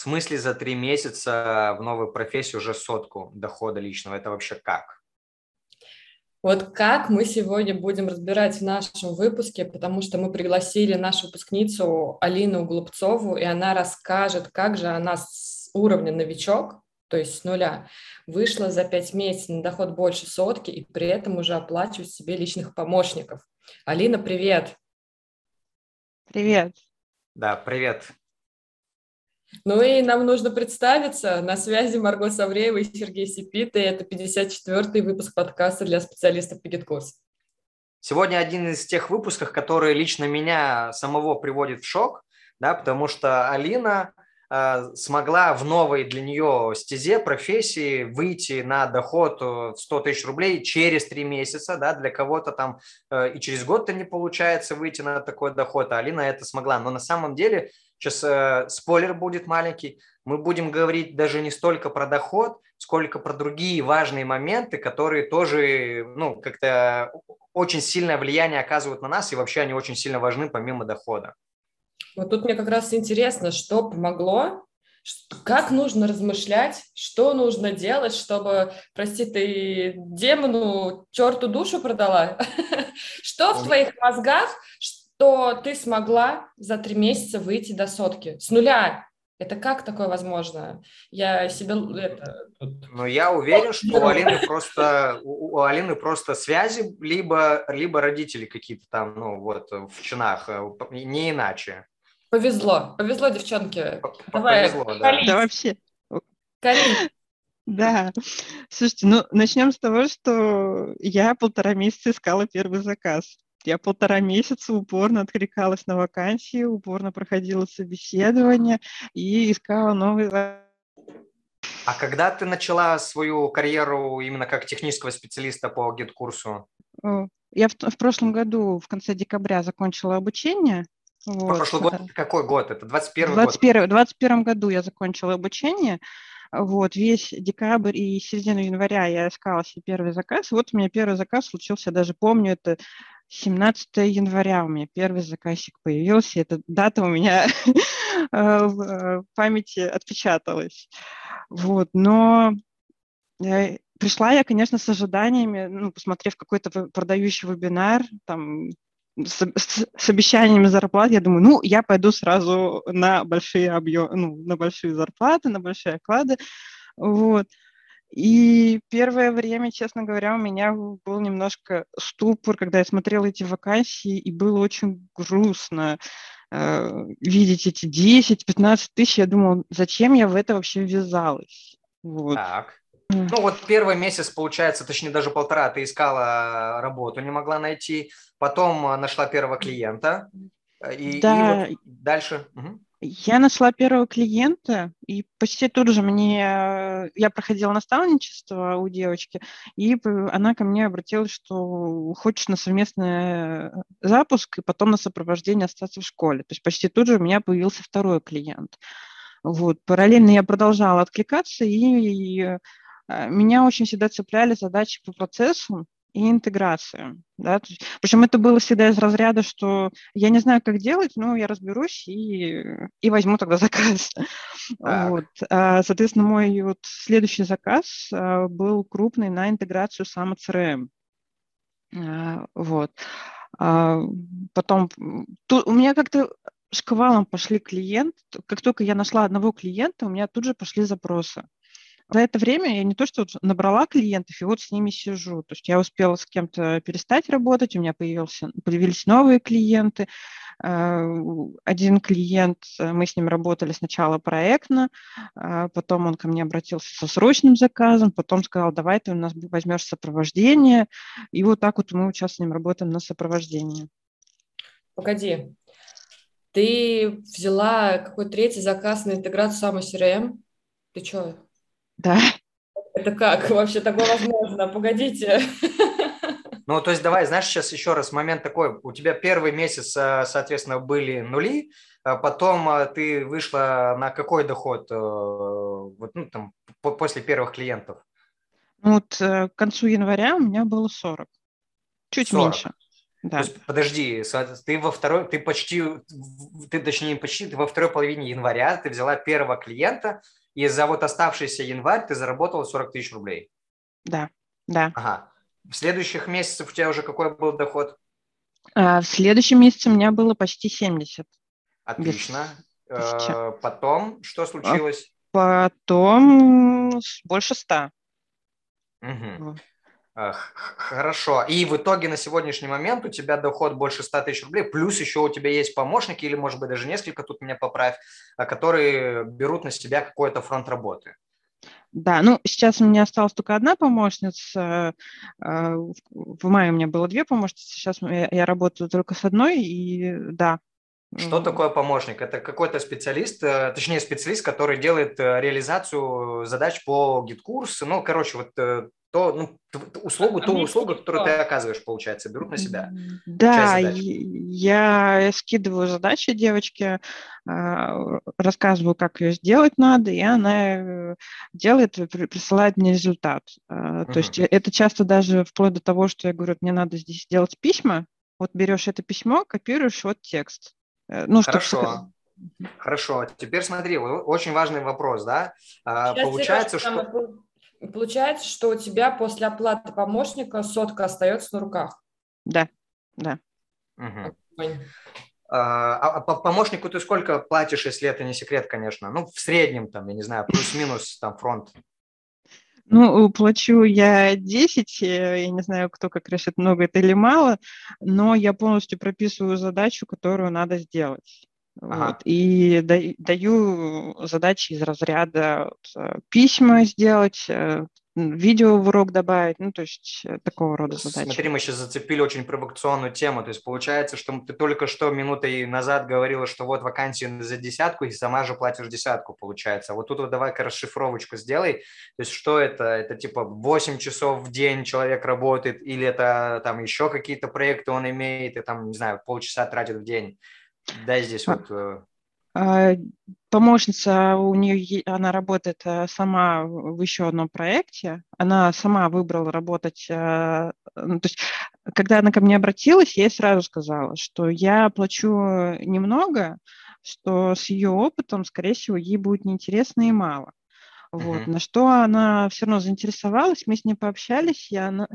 смысле за 3 месяца в новую профессию уже 100 дохода личного? Это вообще как? Вот как мы сегодня будем разбирать в нашем выпуске, потому что мы пригласили нашу выпускницу Алину Голубцову, и она расскажет, как же она с уровня новичок, то есть с нуля, вышла за 5 месяцев на доход больше 100 и при этом уже оплачивает себе личных помощников. Алина, привет! Привет. Да, привет. Ну и нам нужно представиться. На связи Марго Савреева и Сергей Сипит, и это 54-й выпуск подкаста для специалистов по гид-курсу. Сегодня один из тех выпусков, которые лично меня самого приводит в шок, да, потому что Алина смогла в новой для нее стезе, профессии выйти на доход в 100 тысяч рублей через 3 месяца, да, для кого-то там и через год-то не получается выйти на такой доход, а Алина это смогла. Но на самом деле, сейчас спойлер будет маленький, мы будем говорить даже не столько про доход, сколько про другие важные моменты, которые тоже, ну, как-то очень сильное влияние оказывают на нас, и вообще они очень сильно важны помимо дохода. Вот тут мне как раз интересно, что помогло, как нужно размышлять, что нужно делать, чтобы, прости, ты демону, черту душу продала? Что в твоих мозгах, что ты смогла за 3 месяца выйти до 100 с нуля? Это как такое возможно? Я себе Ну, я уверен, что у Алины просто связи, либо родители какие-то там, ну, вот, в чинах, не иначе. Повезло, девчонки. Давай, Повезло, да. Да вообще. Кали. Да. Слушайте, ну начнем с того, что я 1,5 месяца искала первый заказ. Я 1,5 месяца упорно откликалась на вакансии, упорно проходила собеседование и искала новый заказ. А когда ты начала свою карьеру именно как технического специалиста по гид-курсу? Я в прошлом году, в конце декабря, закончила обучение. Вот. Прошлый год, какой год? Это 21 В год? 2021 году я закончила обучение. Вот, весь декабрь и середину января я искала себе первый заказ. Вот у меня первый заказ случился, я даже помню, это 17 января у меня первый заказчик появился. Эта дата у меня в памяти отпечаталась. Вот, но пришла я, конечно, с ожиданиями, ну, посмотрев какой-то продающий вебинар, там, с обещаниями зарплат, я думаю, ну, я пойду сразу на большие объемы, ну, на большие зарплаты, на большие оклады, вот. И первое время, честно говоря, у меня был немножко ступор, когда я смотрела эти вакансии, и было очень грустно видеть эти 10-15 тысяч. Я думала, зачем я в это вообще ввязалась? Вот. Так. Ну вот первый месяц, получается, точнее даже 1,5, ты искала работу, не могла найти, потом нашла первого клиента, и Да, вот дальше. Угу. я нашла первого клиента, и почти тут же я проходила наставничество у девочки, и она ко мне обратилась, что хочешь на совместный запуск и потом на сопровождение остаться в школе. То есть почти тут же у меня появился второй клиент. Вот. Параллельно я продолжала откликаться, и меня очень всегда цепляли задачи по процессу и интеграции. Да? Причем это было всегда из разряда, что я не знаю, как делать, но я разберусь и возьму тогда заказ. Вот. Соответственно, мой вот следующий заказ был крупный на интеграцию сама CRM. Вот. Потом у меня как-то шквалом пошли клиенты. Как только я нашла одного клиента, у меня тут же пошли запросы. За это время я не то что набрала клиентов, и вот с ними сижу. То есть я успела с кем-то перестать работать, у меня появились новые клиенты. Один клиент, мы с ним работали сначала проектно, потом он ко мне обратился со срочным заказом, потом сказал, давай ты у нас возьмешь сопровождение. И вот так вот мы сейчас с ним работаем на сопровождении. Погоди, ты взяла какой-то третий заказ на интеграцию самой CRM? Ты что? Да. Это как вообще такое возможно? Погодите. Ну, то есть давай, знаешь, сейчас еще раз момент такой. У тебя первый месяц, соответственно, были нули, а потом ты вышла на какой доход вот, ну, там, после первых клиентов? Вот к концу января у меня было 40. Чуть 40. меньше. То да. есть, подожди, ты точнее, не почти, ты во второй половине января ты взяла первого клиента, и за вот оставшийся январь ты заработала 40 тысяч рублей. Да, да. Ага. В следующих месяцах у тебя уже какой был доход? В следующем месяце у меня было почти 70 Отлично. без тысячи. Потом что А случилось? потом больше 100. Мгм. Вот. Хорошо. И в итоге на сегодняшний момент у тебя доход больше 100 тысяч рублей, плюс еще у тебя есть помощники, или, может быть, даже несколько, тут меня поправь, которые берут на себя какой-то фронт работы. Да, ну сейчас у меня осталась только одна помощница. В мае у меня было две помощницы, сейчас я работаю только с одной, и да. Что такое помощник? Это какой-то специалист, точнее специалист, который делает реализацию задач по гид-курсу. Ну, короче, вот ту услугу, которую ты оказываешь, получается, берут на себя часть Да, задач. я скидываю задачи девочке, рассказываю, как ее сделать надо, и она делает, присылает мне результат. То есть Мгм. это часто даже вплоть до того, что я говорю, мне надо здесь сделать письма, вот берешь это письмо, копируешь вот текст. Ну, чтобы... Хорошо. Хорошо. Теперь смотри, очень важный вопрос, да? Сейчас, Сереж, Получается, что... получается, что у тебя после оплаты помощника сотка остается на руках. Да, да. Мгм. Ой. Помощнику ты сколько платишь, если это не секрет, конечно? Ну, в среднем, там, я не знаю, плюс-минус там фронт. Ну, плачу я 10, я не знаю, кто как решит, много это или мало, но я полностью прописываю задачу, которую надо сделать. Вот. Ага. И даю задачи из разряда письма сделать, видео в урок добавить, ну, то есть такого рода задачи. Смотри, мы сейчас зацепили очень провокационную тему. То есть получается, что ты только что минутой назад говорила, что вот вакансию за десятку, и сама же платишь десятку, получается. Вот тут вот давай-ка расшифровочку сделай. То есть что это? Это типа 8 часов в день человек работает, или это там еще какие-то проекты он имеет, и там, не знаю, полчаса тратит в день. Дай здесь А, вот... а, Помощница, у нее, она работает сама в еще одном проекте, она сама выбрала работать, ну, то есть когда она ко мне обратилась, я ей сразу сказала, что я плачу немного, что с ее опытом, скорее всего, ей будет неинтересно и мало. Вот. Мгм. На что она все равно заинтересовалась, мы с ней пообщались,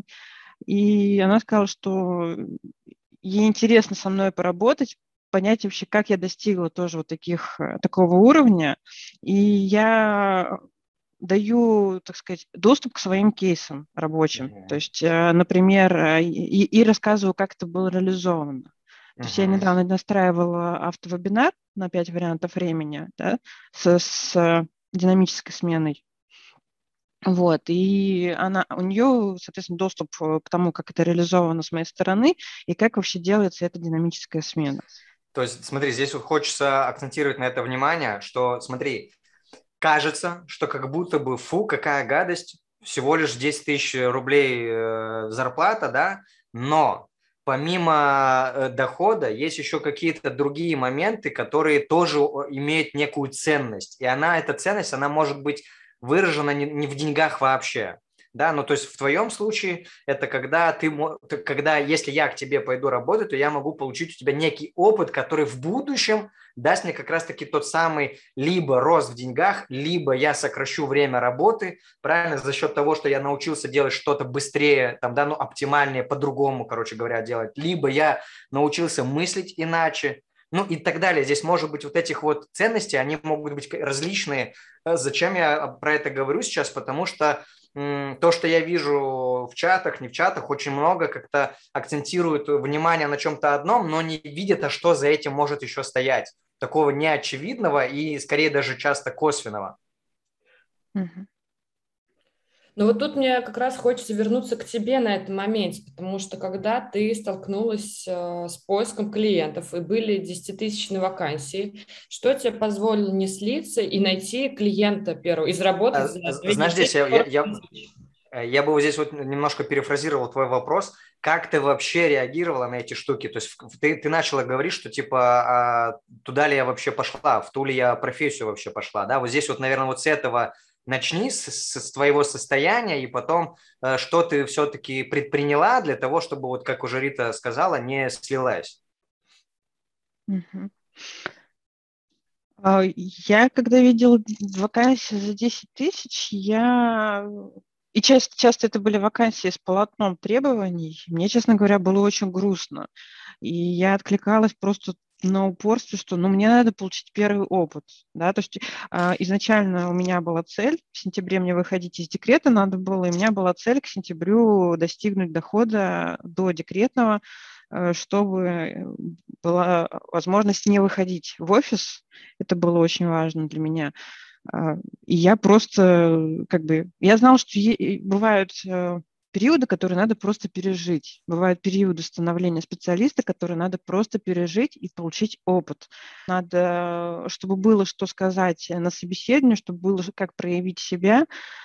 и она сказала, что ей интересно со мной поработать, понять вообще, как я достигла тоже вот такого уровня. И я даю, так сказать, доступ к своим кейсам рабочим. То Мгм. есть, например, и рассказываю, как это было реализовано. То есть я Мгм. недавно настраивала автовебинар на 5 вариантов времени, да, с динамической сменой. Вот, и у нее, соответственно, доступ к тому, как это реализовано с моей стороны и как вообще делается эта динамическая смена. То есть, смотри, здесь вот хочется акцентировать на это внимание, что, смотри, кажется, что как будто бы, фу, какая гадость, всего лишь 10 тысяч рублей зарплата, да, но помимо дохода есть еще какие-то другие моменты, которые тоже имеют некую ценность. И эта ценность, она может быть выражена не в деньгах вообще. Да, ну то есть в твоем случае это когда, если я к тебе пойду работать, то я могу получить у тебя некий опыт, который в будущем даст мне как раз-таки тот самый либо рост в деньгах, либо я сокращу время работы, правильно, за счет того, что я научился делать что-то быстрее, там, да, ну, оптимальнее, по-другому, короче говоря, делать, либо я научился мыслить иначе, ну и так далее. Здесь может быть вот этих вот ценностей, они могут быть различные. Зачем я про это говорю сейчас? Потому что то, что я вижу в чатах, не в чатах, очень много как-то акцентируют внимание на чем-то одном, но не видят, а что за этим может еще стоять. Такого неочевидного и скорее даже часто косвенного. Мгм. Но вот тут мне как раз хочется вернуться к тебе на этом моменте, потому что когда ты столкнулась с поиском клиентов и были 10-тысячные вакансии, что тебе позволило не слиться и найти клиента первого, и заработать за 2 Знаешь, здесь недели я, я, 40 я, тысяч? Я бы вот здесь вот немножко перефразировал твой вопрос. Как ты вообще реагировала на эти штуки? То есть ты начала говорить, что типа туда ли я вообще пошла, в ту ли я профессию вообще пошла, да? Вот здесь вот, наверное, вот с этого начни с твоего состояния, и потом что ты все-таки предприняла для того, чтобы, вот как уже Рита сказала, не слилась. Мгм. Я когда видела вакансии за 10 тысяч, И часто это были вакансии с полотном требований. Мне, честно говоря, было очень грустно. И я откликалась просто на упорство, что мне надо получить первый опыт. Да? То есть изначально у меня была цель, в сентябре мне выходить из декрета надо было, и у меня была цель к сентябрю достигнуть дохода до декретного, чтобы была возможность не выходить в офис. Это было очень важно для меня. И я просто, я знала, что бывают периоды, которые надо просто пережить. Бывают периоды становления специалиста, которые надо просто пережить и получить опыт. Надо, чтобы было что сказать на собеседовании, чтобы было как проявить себя,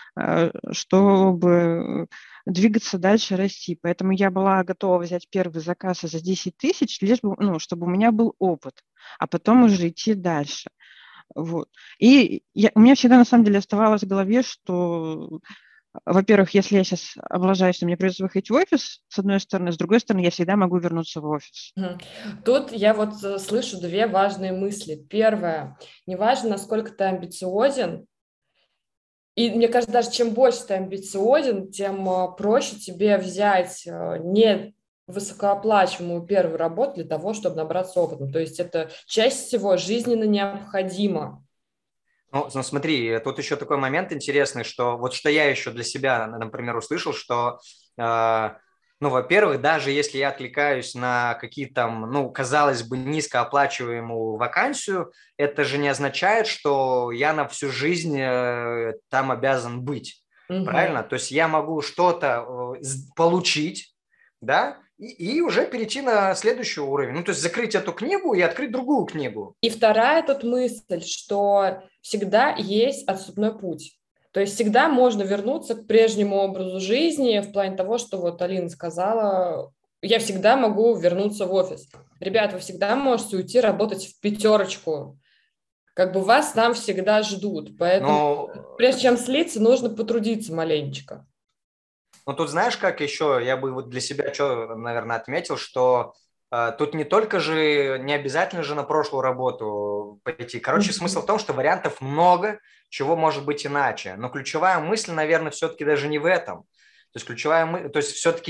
чтобы двигаться дальше, расти. Поэтому я была готова взять первый заказ за 10 тысяч, лишь бы, чтобы у меня был опыт, а потом уже идти дальше. Вот. И у меня всегда на самом деле оставалось в голове, что, во-первых, если я сейчас облажаюсь, то мне придется выходить в офис, с одной стороны, с другой стороны, я всегда могу вернуться в офис. Тут я вот слышу две важные мысли. Первое, неважно, насколько ты амбициозен, и мне кажется, даже чем больше ты амбициозен, тем проще тебе взять не высокооплачиваемую первую работу для того, чтобы набраться опыта. То есть это часть всего жизненно необходимо. Ну, смотри, тут еще такой момент интересный, что вот что я еще для себя, например, услышал, что, во-первых, даже если я откликаюсь на какие-то, казалось бы, низкооплачиваемую вакансию, это же не означает, что я на всю жизнь там обязан быть, правильно? То есть я могу что-то получить, да, и уже перейти на следующий уровень. То есть закрыть эту книгу и открыть другую книгу. И вторая тут мысль, что всегда есть отступной путь. То есть всегда можно вернуться к прежнему образу жизни в плане того, что вот Алина сказала, я всегда могу вернуться в офис. Ребят, вы всегда можете уйти работать в 5. Вас там всегда ждут. Поэтому прежде чем слиться, нужно потрудиться маленечко. Тут знаешь, как еще я бы вот для себя что, наверное, отметил, что тут не только же, не обязательно же на прошлую работу пойти. Короче, смысл в том, что вариантов много, чего может быть иначе. Но ключевая мысль, наверное, все-таки даже не в этом. То есть ключевая мысль, то есть все-таки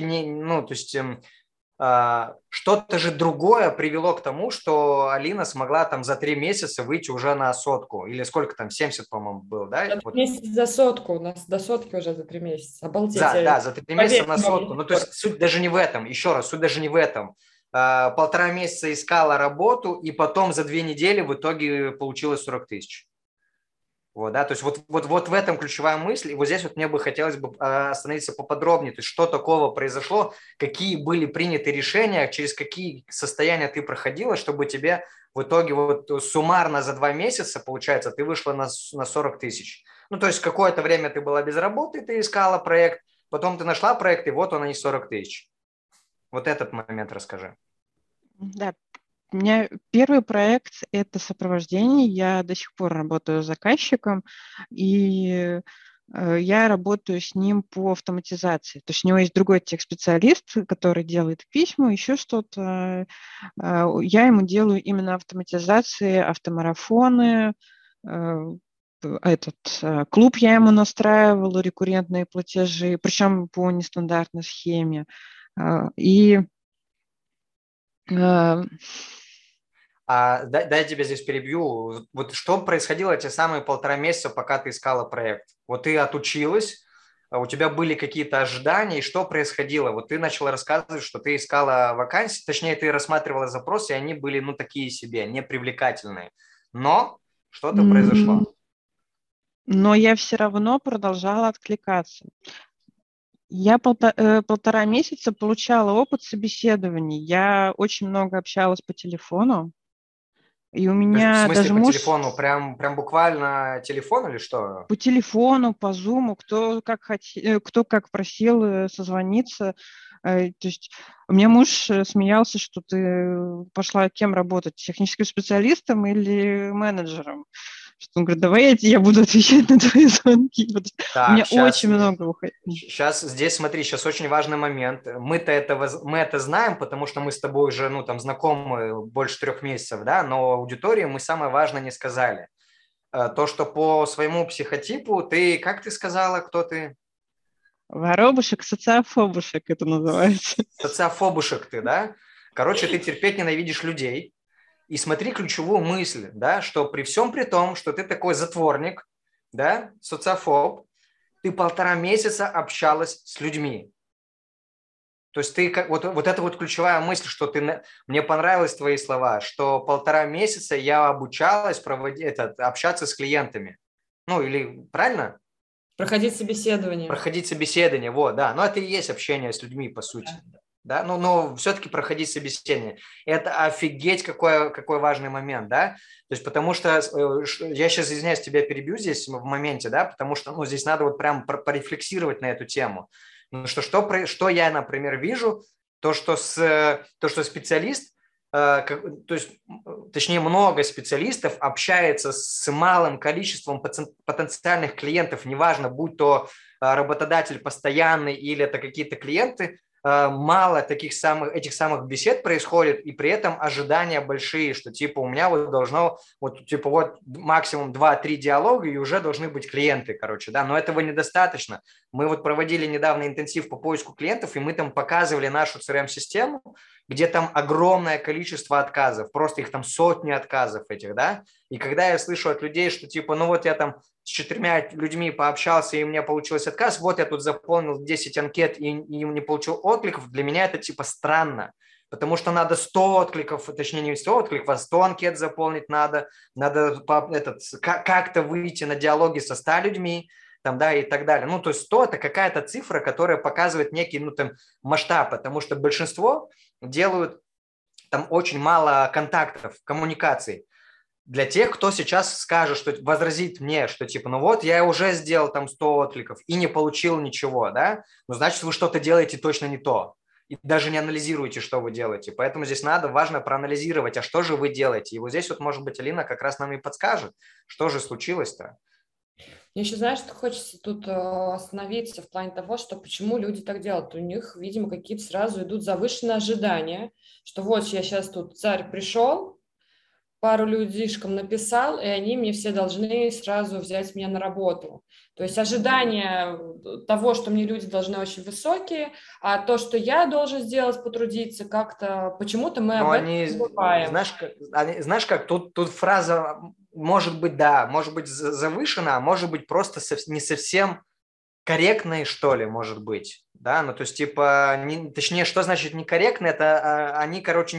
что-то же другое привело к тому, что Алина смогла там за 3 месяца выйти уже на 100. Или сколько там, 70, по-моему, было, да? Месяц за 100, у нас до 100 уже за 3 месяца. Обалдеть. Да, за 3 месяца на 100. То есть суть даже не в этом. Еще раз, суть даже не в этом. 1,5 месяца искала работу, и потом за 2 недели в итоге получилось 40 тысяч. Вот, да, то есть вот в этом ключевая мысль, и вот здесь вот мне бы хотелось бы остановиться поподробнее, то есть что такого произошло, какие были приняты решения, через какие состояния ты проходила, чтобы тебе в итоге вот суммарно за 2 месяца, получается, ты вышла на 40 тысяч. То есть какое-то время ты была без работы, ты искала проект, потом ты нашла проект, и вот он, они 40 тысяч. Вот этот момент расскажи. Да, у меня первый проект – это сопровождение. Я до сих пор работаю с заказчиком, и я работаю с ним по автоматизации. То есть у него есть другой техспециалист, который делает письма, еще что-то. Я ему делаю именно автоматизации, автомарафоны. Клуб я ему настраивала, рекуррентные платежи, причем по нестандартной схеме. И дай я тебя здесь перебью. Вот что происходило эти самые 1,5 месяца, пока ты искала проект? Вот ты отучилась, у тебя были какие-то ожидания, и что происходило? Вот ты начала рассказывать, что ты искала вакансии, точнее, ты рассматривала запросы, и они были, такие себе, непривлекательные. Но что-то произошло. Но я все равно продолжала откликаться. Я 1,5 месяца получала опыт собеседований. Я очень много общалась по телефону. И у меня в смысле даже по муж... телефону? Прям буквально телефон или что? По телефону, по Зуму, кто как просил созвониться. То есть у меня муж смеялся, что ты пошла кем работать, техническим специалистом или менеджером. что он говорит, давай я буду отвечать на твои звонки. У меня Так, очень много уходит. сейчас здесь, смотри, сейчас очень важный момент. Мы это знаем, потому что мы с тобой уже, ну, там, знакомы больше 3 месяцев, да, но аудитории мы самое важное не сказали. То, что по своему психотипу ты, как ты сказала, кто ты? Воробушек, социофобушек это называется. Социофобушек ты, да? Короче, ты терпеть ненавидишь людей. И смотри ключевую мысль, да, что при всем при том, что ты такой затворник, да, социофоб, ты 1,5 месяца общалась с людьми. То есть ты как вот это вот ключевая мысль, что мне понравились твои слова, что 1,5 месяца я обучалась общаться с клиентами. Ну или правильно? Проходить собеседование. Проходить собеседование, вот, да. Но это и есть общение с людьми, по сути. Да, но все-таки проходить собеседование. Это офигеть какой важный момент, да, то есть потому что я сейчас, извиняюсь, тебя перебью здесь в моменте, да, потому что, ну, здесь надо вот прям порефлексировать на эту тему. Ну, что я, например, вижу, то, что специалист, то есть, точнее, много специалистов общается с малым количеством потенциальных клиентов, неважно, будь то работодатель постоянный или это какие-то клиенты, мало этих самых бесед происходит, и при этом ожидания большие, что типа у меня вот должно, вот типа вот максимум 2-3 диалога, и уже должны быть клиенты, короче, да, но этого недостаточно. Мы вот проводили недавно интенсив по поиску клиентов, и мы там показывали нашу CRM-систему, где там огромное количество отказов, просто их там сотни отказов этих, да, и когда я слышу от людей, что типа, ну вот я там с 4 людьми пообщался, и у меня получился отказ, вот я тут заполнил 10 анкет и не получил откликов, для меня это типа странно, потому что надо 100 откликов, точнее не 100 откликов, а 100 анкет заполнить надо как-то выйти на диалоги со 100 людьми, там, да, и так далее. Ну, то есть 100 – это какая-то цифра, которая показывает некий, ну, там, масштаб, потому что большинство делают там очень мало контактов, коммуникаций. Для тех, кто сейчас скажет, что возразит мне, что типа, ну вот, я уже сделал там 100 откликов и не получил ничего, да, ну, значит, вы что-то делаете точно не то. И даже не анализируете, что вы делаете. Поэтому здесь важно проанализировать, а что же вы делаете. И вот здесь вот, может быть, Алина как раз нам и подскажет, что же случилось-то. Мне еще, знаешь, что хочется тут остановиться в плане того, что почему люди так делают. У них, видимо, какие-то сразу идут завышенные ожидания, что вот я сейчас тут царь пришел, пару людишкам написал, и они мне все должны сразу взять меня на работу. То есть ожидания того, что мне люди должны очень высокие, а то, что я должен сделать, потрудиться, как-то почему-то мы об этом забываем. Знаешь как, тут фраза может быть, да, может быть завышена, а может быть просто не совсем корректной, что ли, может быть. Да, ну то есть типа, точнее, что значит некорректно, это они, короче,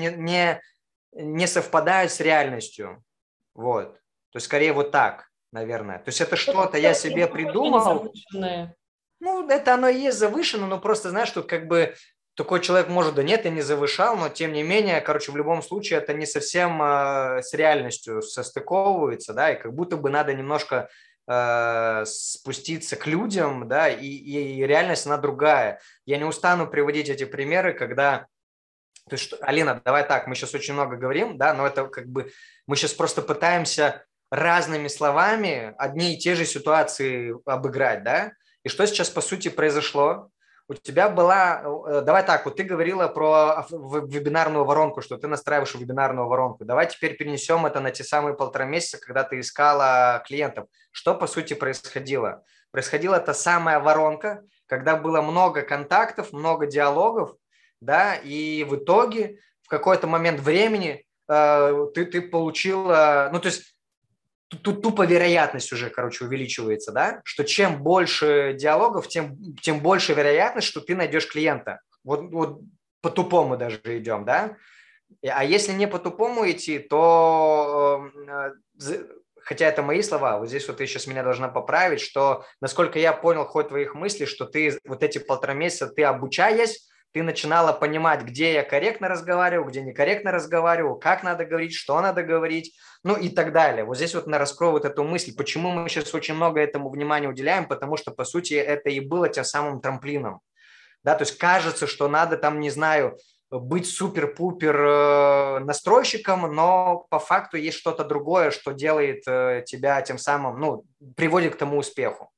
не совпадают с реальностью. Вот. То есть скорее вот так, наверное. То есть это что-то я себе придумал. Ну, это оно и есть завышено, но просто, знаешь, тут как бы такой человек может, да нет, я не завышал, но тем не менее, короче, в любом случае это не совсем с реальностью состыковывается, да, и как будто бы надо немножко спуститься к людям, да, и реальность, она другая. Я не устану приводить эти примеры, когда... То есть, Алина, давай так, мы сейчас очень много говорим, да, но это как бы мы сейчас просто пытаемся разными словами одни и те же ситуации обыграть, да. И что сейчас, по сути, произошло? У тебя была... Давай так, вот ты говорила про вебинарную воронку, что ты настраиваешь вебинарную воронку. Давай теперь перенесем это на те самые 1,5 месяца, когда ты искала клиентов. Что, по сути, происходило? Происходила та самая воронка, когда было много контактов, много диалогов, да, и в итоге в какой-то момент времени ты получила... Ну, то есть тут тупо вероятность уже, короче, увеличивается, да, что чем больше диалогов, тем больше вероятность, что ты найдешь клиента. Вот по-тупому даже идем, да. А если не по-тупому идти, то, хотя это мои слова, вот здесь вот ты сейчас меня должна поправить, что, насколько я понял ход твоих мыслей, что ты вот эти 1,5 месяца, ты обучаясь, ты начинала понимать, где я корректно разговариваю, где некорректно разговариваю, как надо говорить, что надо говорить, ну и так далее. Вот здесь вот я раскрою вот эту мысль, почему мы сейчас очень много этому внимания уделяем, потому что, по сути, это и было тем самым трамплином. Да, то есть кажется, что надо там, не знаю, быть супер-пупер настройщиком, но по факту есть что-то другое, что делает тебя тем самым, ну, приводит к тому успеху.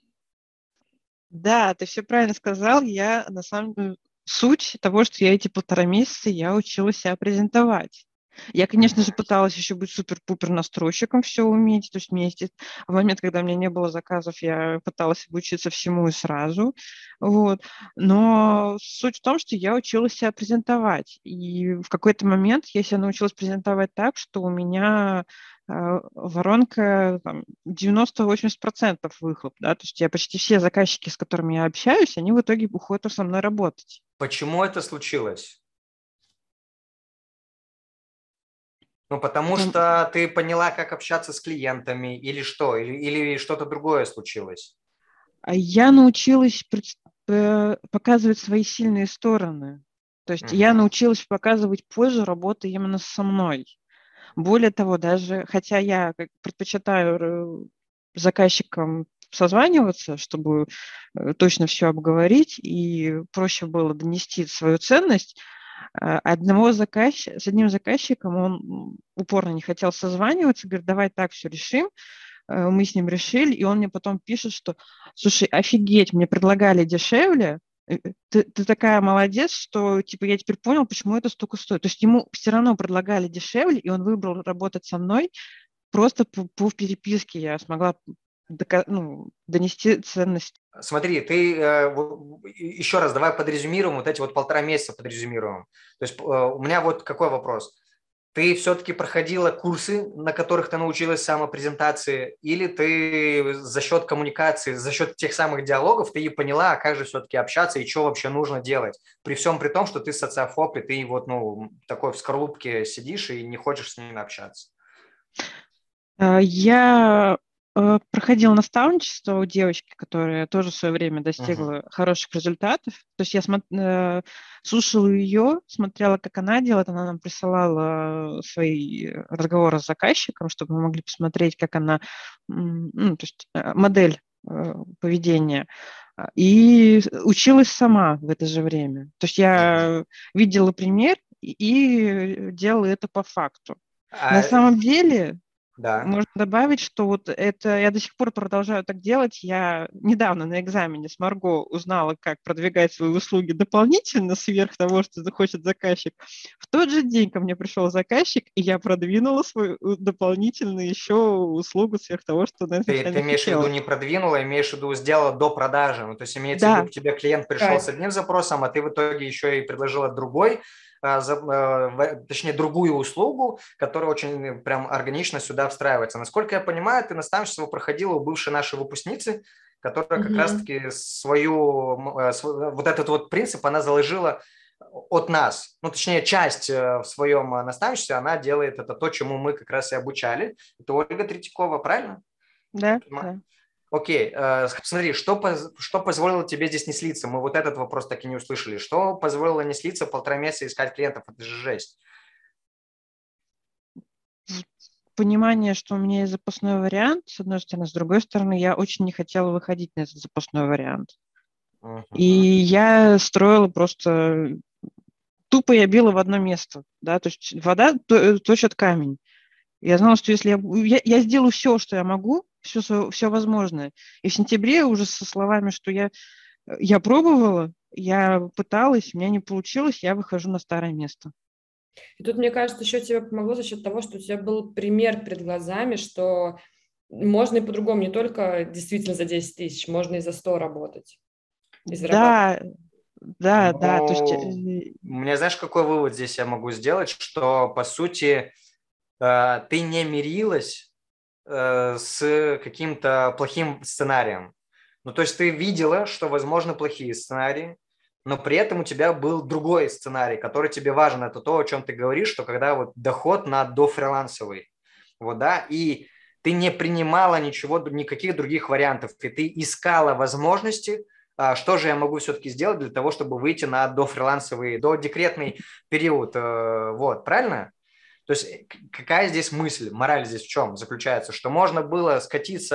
Да, ты все правильно сказал. Я на самом деле суть того, что я эти 1,5 месяца я училась себя презентовать. Я, конечно же, пыталась еще быть супер-пупер настройщиком, все уметь. То есть в момент, когда у меня не было заказов, я пыталась обучиться всему и сразу. Вот. Но суть в том, что я училась себя презентовать. И в какой-то момент я себя научилась презентовать так, что у меня воронка там, 90-80% выхлоп, да, то есть я почти все заказчики, с которыми я общаюсь, они в итоге уходят со мной работать. Почему это случилось? Ну, потому Потом что ты поняла, как общаться с клиентами, или что? Или что-то другое случилось? я научилась показывать свои сильные стороны. То есть я Мгм. научилась показывать пользу работы именно со мной. Более того, даже хотя я предпочитаю заказчикам созваниваться, чтобы точно все обговорить и проще было донести свою ценность, с одним заказчиком он упорно не хотел созваниваться, говорит, давай так все решим. Мы с ним решили, и он мне потом пишет, что, слушай, офигеть, мне предлагали дешевле, ты такая молодец, что типа я теперь понял, почему это столько стоит. То есть ему все равно предлагали дешевле, и он выбрал работать со мной. Просто по переписке я смогла донести ценность. Смотри, ты еще раз давай подрезюмируем, вот эти вот 1,5 месяца подрезюмируем. То есть у меня вот какой вопрос. Ты все-таки проходила курсы, на которых ты научилась самопрезентации, или ты за счет коммуникации, за счет тех самых диалогов, ты и поняла, как же все-таки общаться и что вообще нужно делать? При всем при том, что ты социофоб, и ты вот, ну, такой в скорлупке сидишь и не хочешь с ними общаться. Я проходила наставничество у девочки, которая тоже в свое время Мгм. достигла хороших результатов. То есть я слушала ее, смотрела, как она делает. Она нам присылала свои разговоры с заказчиком, чтобы мы могли посмотреть, как она, ну, то есть модель поведения. И училась сама в это же время. То есть Мгм. я видела пример и делала это по факту. На А, самом деле, да. можно добавить, что вот это я до сих пор продолжаю так делать. Я недавно на экзамене с Марго узнала, как продвигать свои услуги дополнительно сверх того, что захочет заказчик. В тот же день ко мне пришел заказчик, и я продвинула свою дополнительную еще услугу сверх того, что она Ты изначально имеешь в виду хотела. не продвинула, имеешь в виду сделала до продажи. Ну, то есть имеется в виду, Да, к тебе клиент пришел с Кайф. одним запросом, а ты в итоге еще и предложила другой, точнее, другую услугу, которая очень прям органично сюда встраивается. Насколько я понимаю, ты наставничество проходила у бывшей нашей выпускницы, которая как Мгм. раз-таки вот этот вот принцип она заложила от нас. Ну, точнее, часть в своем наставничестве она делает это то, чему мы как раз и обучали. Это Ольга Третьякова, правильно? да, Понимаю. да. Окей, смотри, что позволило тебе здесь не слиться? Мы вот этот вопрос так и не услышали. Что позволило не слиться 1,5 месяца искать клиентов? Это же жесть. Понимание, что у меня есть запасной вариант, с одной стороны, с другой стороны, я очень не хотела выходить на этот запасной вариант. И Мгм. я строила просто тупо я била в одно место, да, то есть вода точит камень. Я знала, что если я сделаю все, что я могу, все возможное. И в сентябре уже со словами, что я пробовала, я пыталась, у меня не получилось, я выхожу на старое место. И тут, мне кажется, еще тебе помогло за счет того, что у тебя был пример перед глазами, что можно и по-другому, не только действительно за 10 тысяч, можно и за 100 работать и зарабатывать. Да, да, да, то есть Ну, у меня, знаешь, какой вывод здесь я могу сделать, что, по сути, ты не мирилась с каким-то плохим сценарием. Ну, то есть ты видела, что возможны плохие сценарии, но при этом у тебя был другой сценарий, который тебе важен. Это то, о чем ты говоришь, что когда вот доход на дофрилансовый, вот, да, и ты не принимала ничего, никаких других вариантов, и ты искала возможности, что же я могу все-таки сделать для того, чтобы выйти на дофрилансовый, додекретный период, вот, правильно? То есть какая здесь мысль, мораль здесь в чем заключается? Что можно было скатиться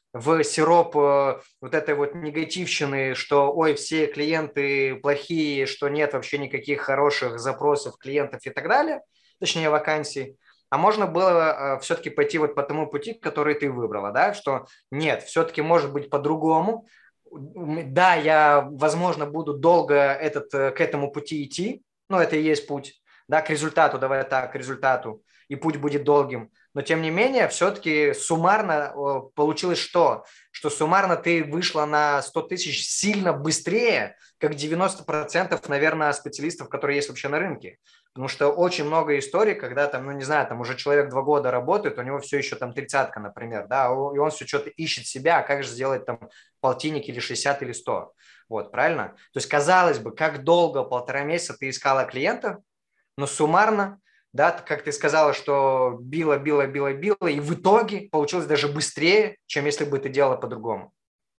в сироп вот этой вот негативщины, что ой, все клиенты плохие, что нет вообще никаких хороших запросов клиентов и так далее, точнее вакансий, а можно было все-таки пойти вот по тому пути, который ты выбрала, да, что нет, все-таки может быть по-другому. Да, я, возможно, буду долго к этому пути идти, но это и есть путь, да, к результату, давай так, к результату, и путь будет долгим. Но, тем не менее, все-таки суммарно получилось что? Что суммарно ты вышла на 100 тысяч сильно быстрее, как 90%, наверное, специалистов, которые есть вообще на рынке. Потому что очень много историй, когда там, ну не знаю, там уже человек 2 года работает, у него все еще там 30-ка, например, да, и он все что-то ищет себя, а как же сделать там полтинник или 60 или 100. Вот, правильно? То есть, казалось бы, как долго, 1,5 месяца ты искала клиента, но суммарно, да, как ты сказала, что била, и в итоге получилось даже быстрее, чем если бы ты делала по-другому.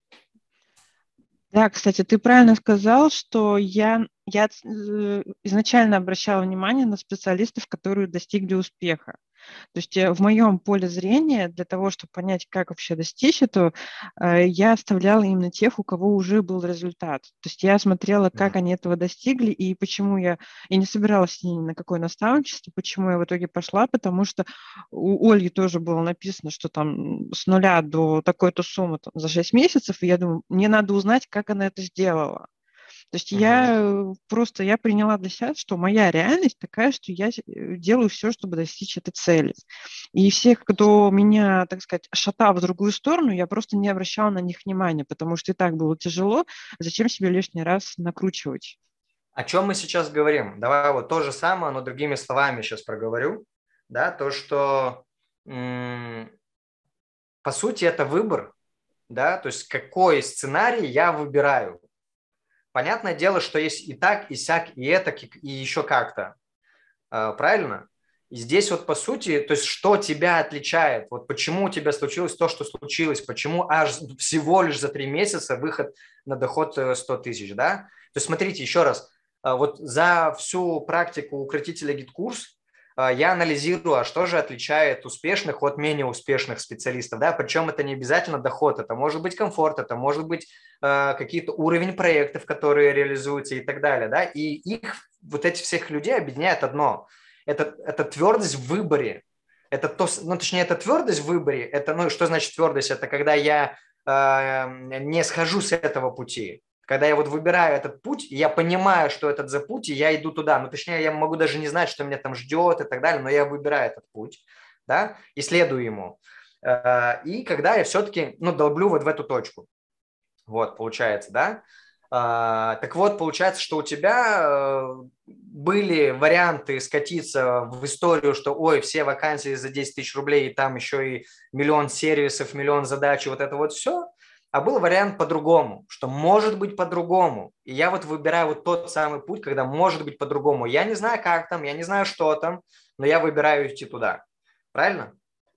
Да, кстати, ты правильно сказал, что я изначально обращала внимание на специалистов, которые достигли успеха. То есть в моем поле зрения для того, чтобы понять, как вообще достичь этого, я оставляла именно тех, у кого уже был результат. То есть я смотрела, как они этого достигли и почему я не собиралась ни на какое наставничество, почему я в итоге пошла, потому что у Ольги тоже было написано, что там с нуля до такой-то суммы там, за 6 месяцев, и я думаю, мне надо узнать, как она это сделала. То есть я приняла для себя, что моя реальность такая, что я делаю все, чтобы достичь этой цели. И всех, кто меня, так сказать, шатал в другую сторону, я просто не обращала на них внимания, потому что и так было тяжело. Зачем себе лишний раз накручивать? О чем мы сейчас говорим? Давай вот то же самое, но другими словами сейчас проговорю. Да, то, что по сути это выбор, да, то есть какой сценарий я выбираю. Понятное дело, что есть и так, и сяк, и это, и еще как-то. Правильно? И здесь вот по сути, то есть что тебя отличает? Вот почему у тебя случилось то, что случилось? Почему аж всего лишь за 3 месяца выход на доход 100 тысяч, да? То есть смотрите, еще раз. Вот за всю практику укротителя гид-курс я анализирую, а что же отличает успешных от менее успешных специалистов, да, причем это не обязательно доход, это может быть комфорт, это может быть какие-то уровень проектов, которые реализуются и так далее, да, и их, вот этих всех людей объединяет одно, это твердость в выборе, это то, ну, точнее, это твердость в выборе, это, ну, что значит твердость, это когда я не схожу с этого пути. Когда я вот выбираю этот путь, я понимаю, что это за путь, и я иду туда. Ну, точнее, я могу даже не знать, что меня там ждет и так далее, но я выбираю этот путь, да, и следую ему. И когда я все-таки, ну, долблю вот в эту точку. Вот, получается, да. Так вот, получается, что у тебя были варианты скатиться в историю, что, ой, все вакансии за 10 тысяч рублей, и там еще и миллион сервисов, миллион задач, и вот это вот все. А был вариант по-другому, что может быть по-другому. И я вот выбираю вот тот самый путь, когда может быть по-другому. Я не знаю, как там, я не знаю, что там, но я выбираю идти туда. Правильно?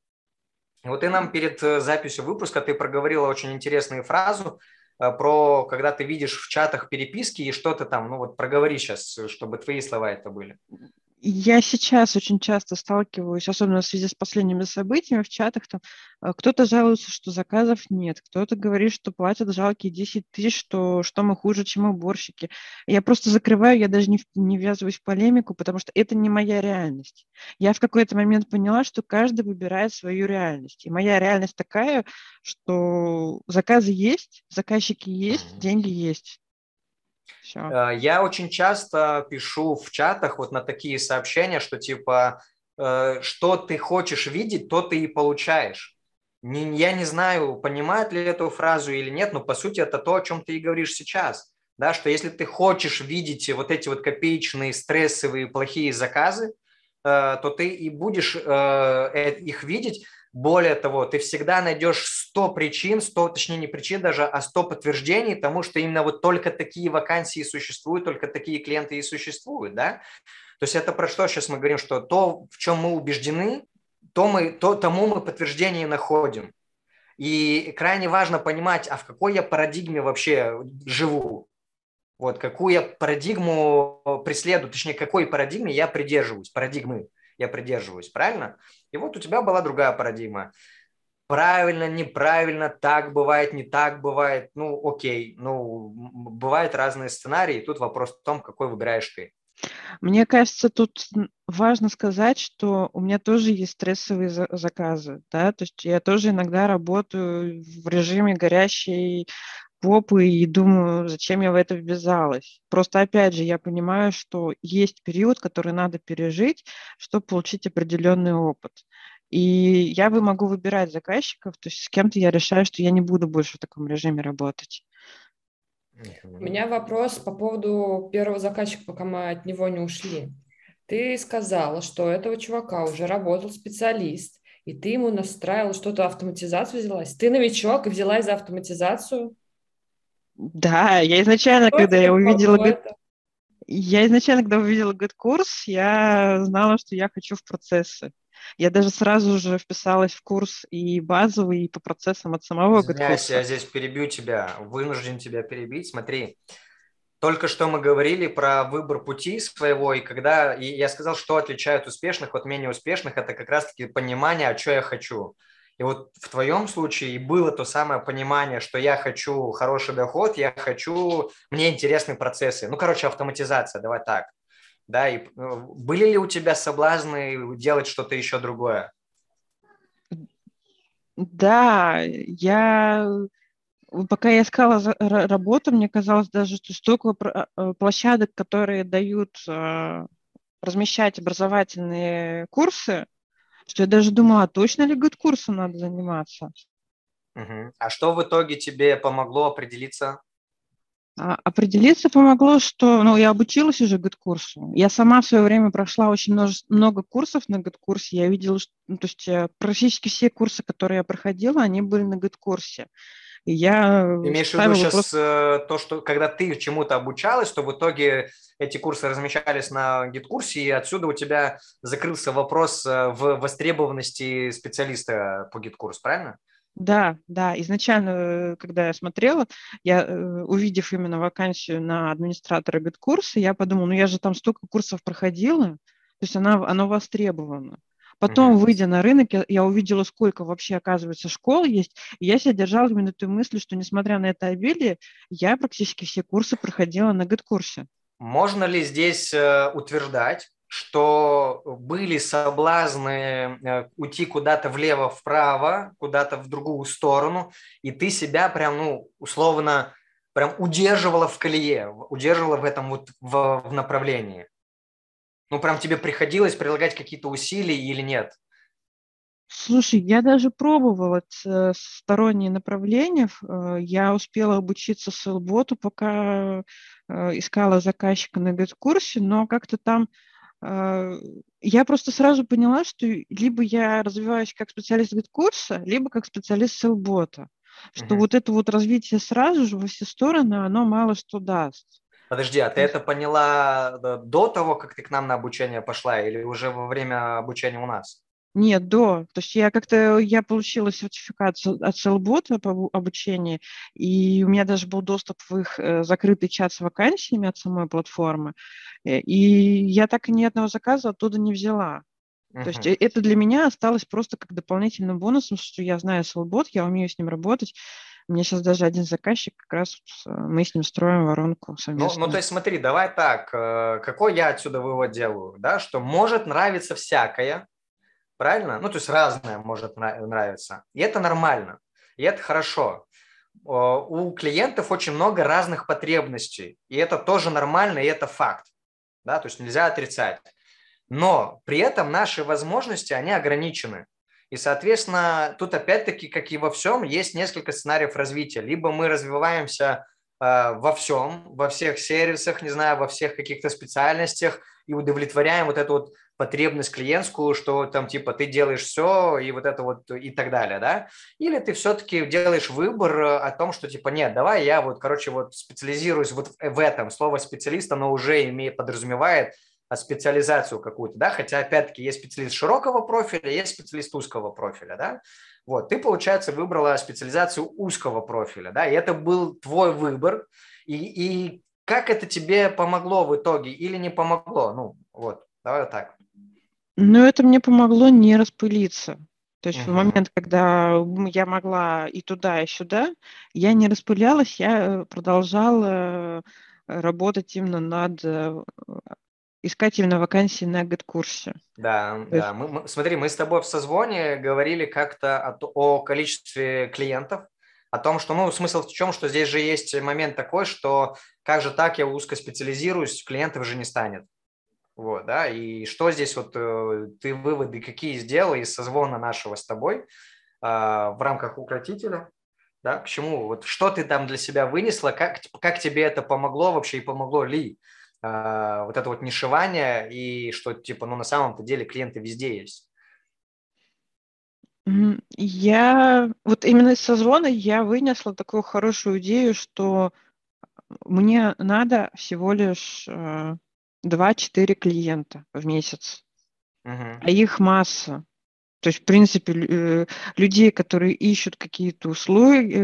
И вот ты нам перед записью выпуска ты проговорила очень интересную фразу про, когда ты видишь в чатах переписки и что-то там, ну вот проговори сейчас, чтобы твои слова это были. Я сейчас очень часто сталкиваюсь, особенно в связи с последними событиями в чатах, там кто-то жалуется, что заказов нет, кто-то говорит, что платят жалкие 10 тысяч, что мы хуже, чем уборщики. Я просто закрываю, я даже не ввязываюсь в полемику, потому что это не моя реальность. Я в какой-то момент поняла, что каждый выбирает свою реальность. И моя реальность такая, что заказы есть, заказчики есть, деньги есть. Все. Я очень часто пишу в чатах вот на такие сообщения, что типа, что ты хочешь видеть, то ты и получаешь. Я не знаю, понимают ли эту фразу или нет, но по сути это то, о чем ты и говоришь сейчас. Да, что если ты хочешь видеть вот эти вот копеечные, стрессовые, плохие заказы, то ты и будешь их видеть. Более того, ты всегда найдешь 100 причин, 100, точнее не причин даже, а 100 подтверждений тому, что именно вот только такие вакансии существуют, только такие клиенты и существуют, да. То есть это про что сейчас мы говорим, что то, в чем мы убеждены, тому мы подтверждение находим. И крайне важно понимать, а в какой я парадигме вообще живу. Вот, какую я парадигму преследую, точнее, какой парадигме я придерживаюсь, правильно? И вот у тебя была другая парадигма. правильно, неправильно, так бывает, не так бывает. Ну, окей, ну, бывают разные сценарии, и тут вопрос в том, какой выбираешь ты. Мне кажется, тут важно сказать, что у меня тоже есть стрессовые заказы, да, то есть я тоже иногда работаю в режиме горящей попы и думаю, зачем я в это ввязалась. Просто, опять же, я понимаю, что есть период, который надо пережить, чтобы получить определенный опыт. И я могу выбирать заказчиков, то есть с кем-то я решаю, что я не буду больше в таком режиме работать. У меня вопрос по поводу первого заказчика, пока мы от него не ушли. Ты сказала, что у этого чувака уже работал специалист, и ты ему настраивала что-то, автоматизацию взялась. Ты новичок и взялась за автоматизацию? Да, я изначально, Что когда тебе я увидела помогло это? гид-курс, я знала, что я хочу в процессы. Я даже сразу же вписалась в курс и базовый, и по процессам от самого Извиняюсь, гид-курса. я здесь перебью тебя, вынужден тебя перебить. Смотри, только что мы говорили про выбор пути своего, и я сказал, что отличает успешных от менее успешных, это как раз-таки понимание, а что я хочу. И вот в твоем случае было то самое понимание, что я хочу хороший доход, мне интересны процессы. Ну, короче, автоматизация, давай так. Да, и были ли у тебя соблазны делать что-то еще другое? Да, пока я искала работу, мне казалось даже, что столько площадок, которые дают размещать образовательные курсы, что я даже думала, а точно ли гид-курсом надо заниматься? Мгм. А что в итоге тебе помогло определиться? Определиться помогло, что, я обучилась уже гид-курсу. Я сама в свое время прошла очень много курсов на гид-курсе. Я видела, что, то есть практически все курсы, которые я проходила, они были на гид-курсе. И я Ты имеешь в виду ставила сейчас просто... то, что когда ты чему-то обучалась, то в итоге эти курсы размещались на гид-курсе, и отсюда у тебя закрылся вопрос в востребованности специалиста по гид-курсу, правильно? Да, да, изначально, когда я смотрела, я, увидев именно вакансию на администратора гид-курса, я подумала, я же там столько курсов проходила, то есть оно востребовано. Потом, Мгм. выйдя на рынок, я увидела, сколько вообще, оказывается, школ есть, и я себя держала именно той мыслью, что, несмотря на это обилие, я практически все курсы проходила на гид-курсе. Можно ли здесь утверждать, что были соблазны уйти куда-то влево-вправо, куда-то в другую сторону, и ты себя прям, условно, прям удерживала в колее, удерживала в этом вот в направлении? Ну, прям тебе приходилось прилагать какие-то усилия или нет? Слушай, я даже пробовала сторонние направления. Я успела обучиться селботу, пока искала заказчика на гид-курсе, но как-то там э, я просто сразу поняла, что либо я развиваюсь как специалист гид-курса, либо как специалист селбота. Что Мгм. вот это вот развитие сразу же во все стороны, оно мало что даст. Подожди, а ты То есть это поняла до того, как ты к нам на обучение пошла, или уже во время обучения у нас? нет, То есть я получила сертификат от Селбота по обучению, и у меня даже был доступ в их закрытый чат с вакансиями от самой платформы, и я так и ни одного заказа оттуда не взяла. То есть Мгм. это для меня осталось просто как дополнительным бонусом, что я знаю Селбот, я умею с ним работать. У меня сейчас даже один заказчик, как раз мы с ним строим воронку Ну, то совместную. есть смотри, давай так, какой я отсюда вывод делаю, да, что может нравиться всякое, правильно? Ну, то есть разное может нравиться, и это нормально, и это хорошо. У клиентов очень много разных потребностей, и это тоже нормально, и это факт, да, то есть нельзя отрицать. Но при этом наши возможности, они ограничены. И, соответственно, тут опять-таки, как и во всем, есть несколько сценариев развития. Либо мы развиваемся во всем, во всех сервисах, не знаю, во всех каких-то специальностях и удовлетворяем вот эту вот потребность клиентскую, что там типа ты делаешь все и вот это вот и так далее, да? Или ты все-таки делаешь выбор о том, что типа нет, давай я вот, короче, вот специализируюсь вот в этом. Слово специалист, оно уже подразумевает специализацию какую-то, да, хотя, опять-таки, есть специалист широкого профиля, есть специалист узкого профиля, да, вот, ты, получается, выбрала специализацию узкого профиля, да, и это был твой выбор, и как это тебе помогло в итоге или не помогло, ну, вот, давай вот так. Но это мне помогло не распылиться. То есть в Мгм. момент, когда я могла и туда, и сюда, я не распылялась, я продолжала работать именно над искать именно вакансии на гид-курсе. Да, То да. есть, Смотри, мы с тобой в созвоне говорили как-то о количестве клиентов, о том, что, ну, смысл в чем, что здесь же есть момент такой, что как же так я узко специализируюсь, клиентов же не станет. Вот, да, и что здесь вот ты выводы какие сделал из созвона нашего с тобой в рамках укротителя, да, к чему, вот что ты там для себя вынесла, как тебе это помогло вообще и помогло ли вот это вот нишевание и что, типа, ну, на самом-то деле клиенты везде есть. я вот именно из созвона я вынесла такую хорошую идею, что мне надо всего лишь 2-4 клиента в месяц, Мгм. а их масса. То есть, в принципе, людей, которые ищут какие-то услуги,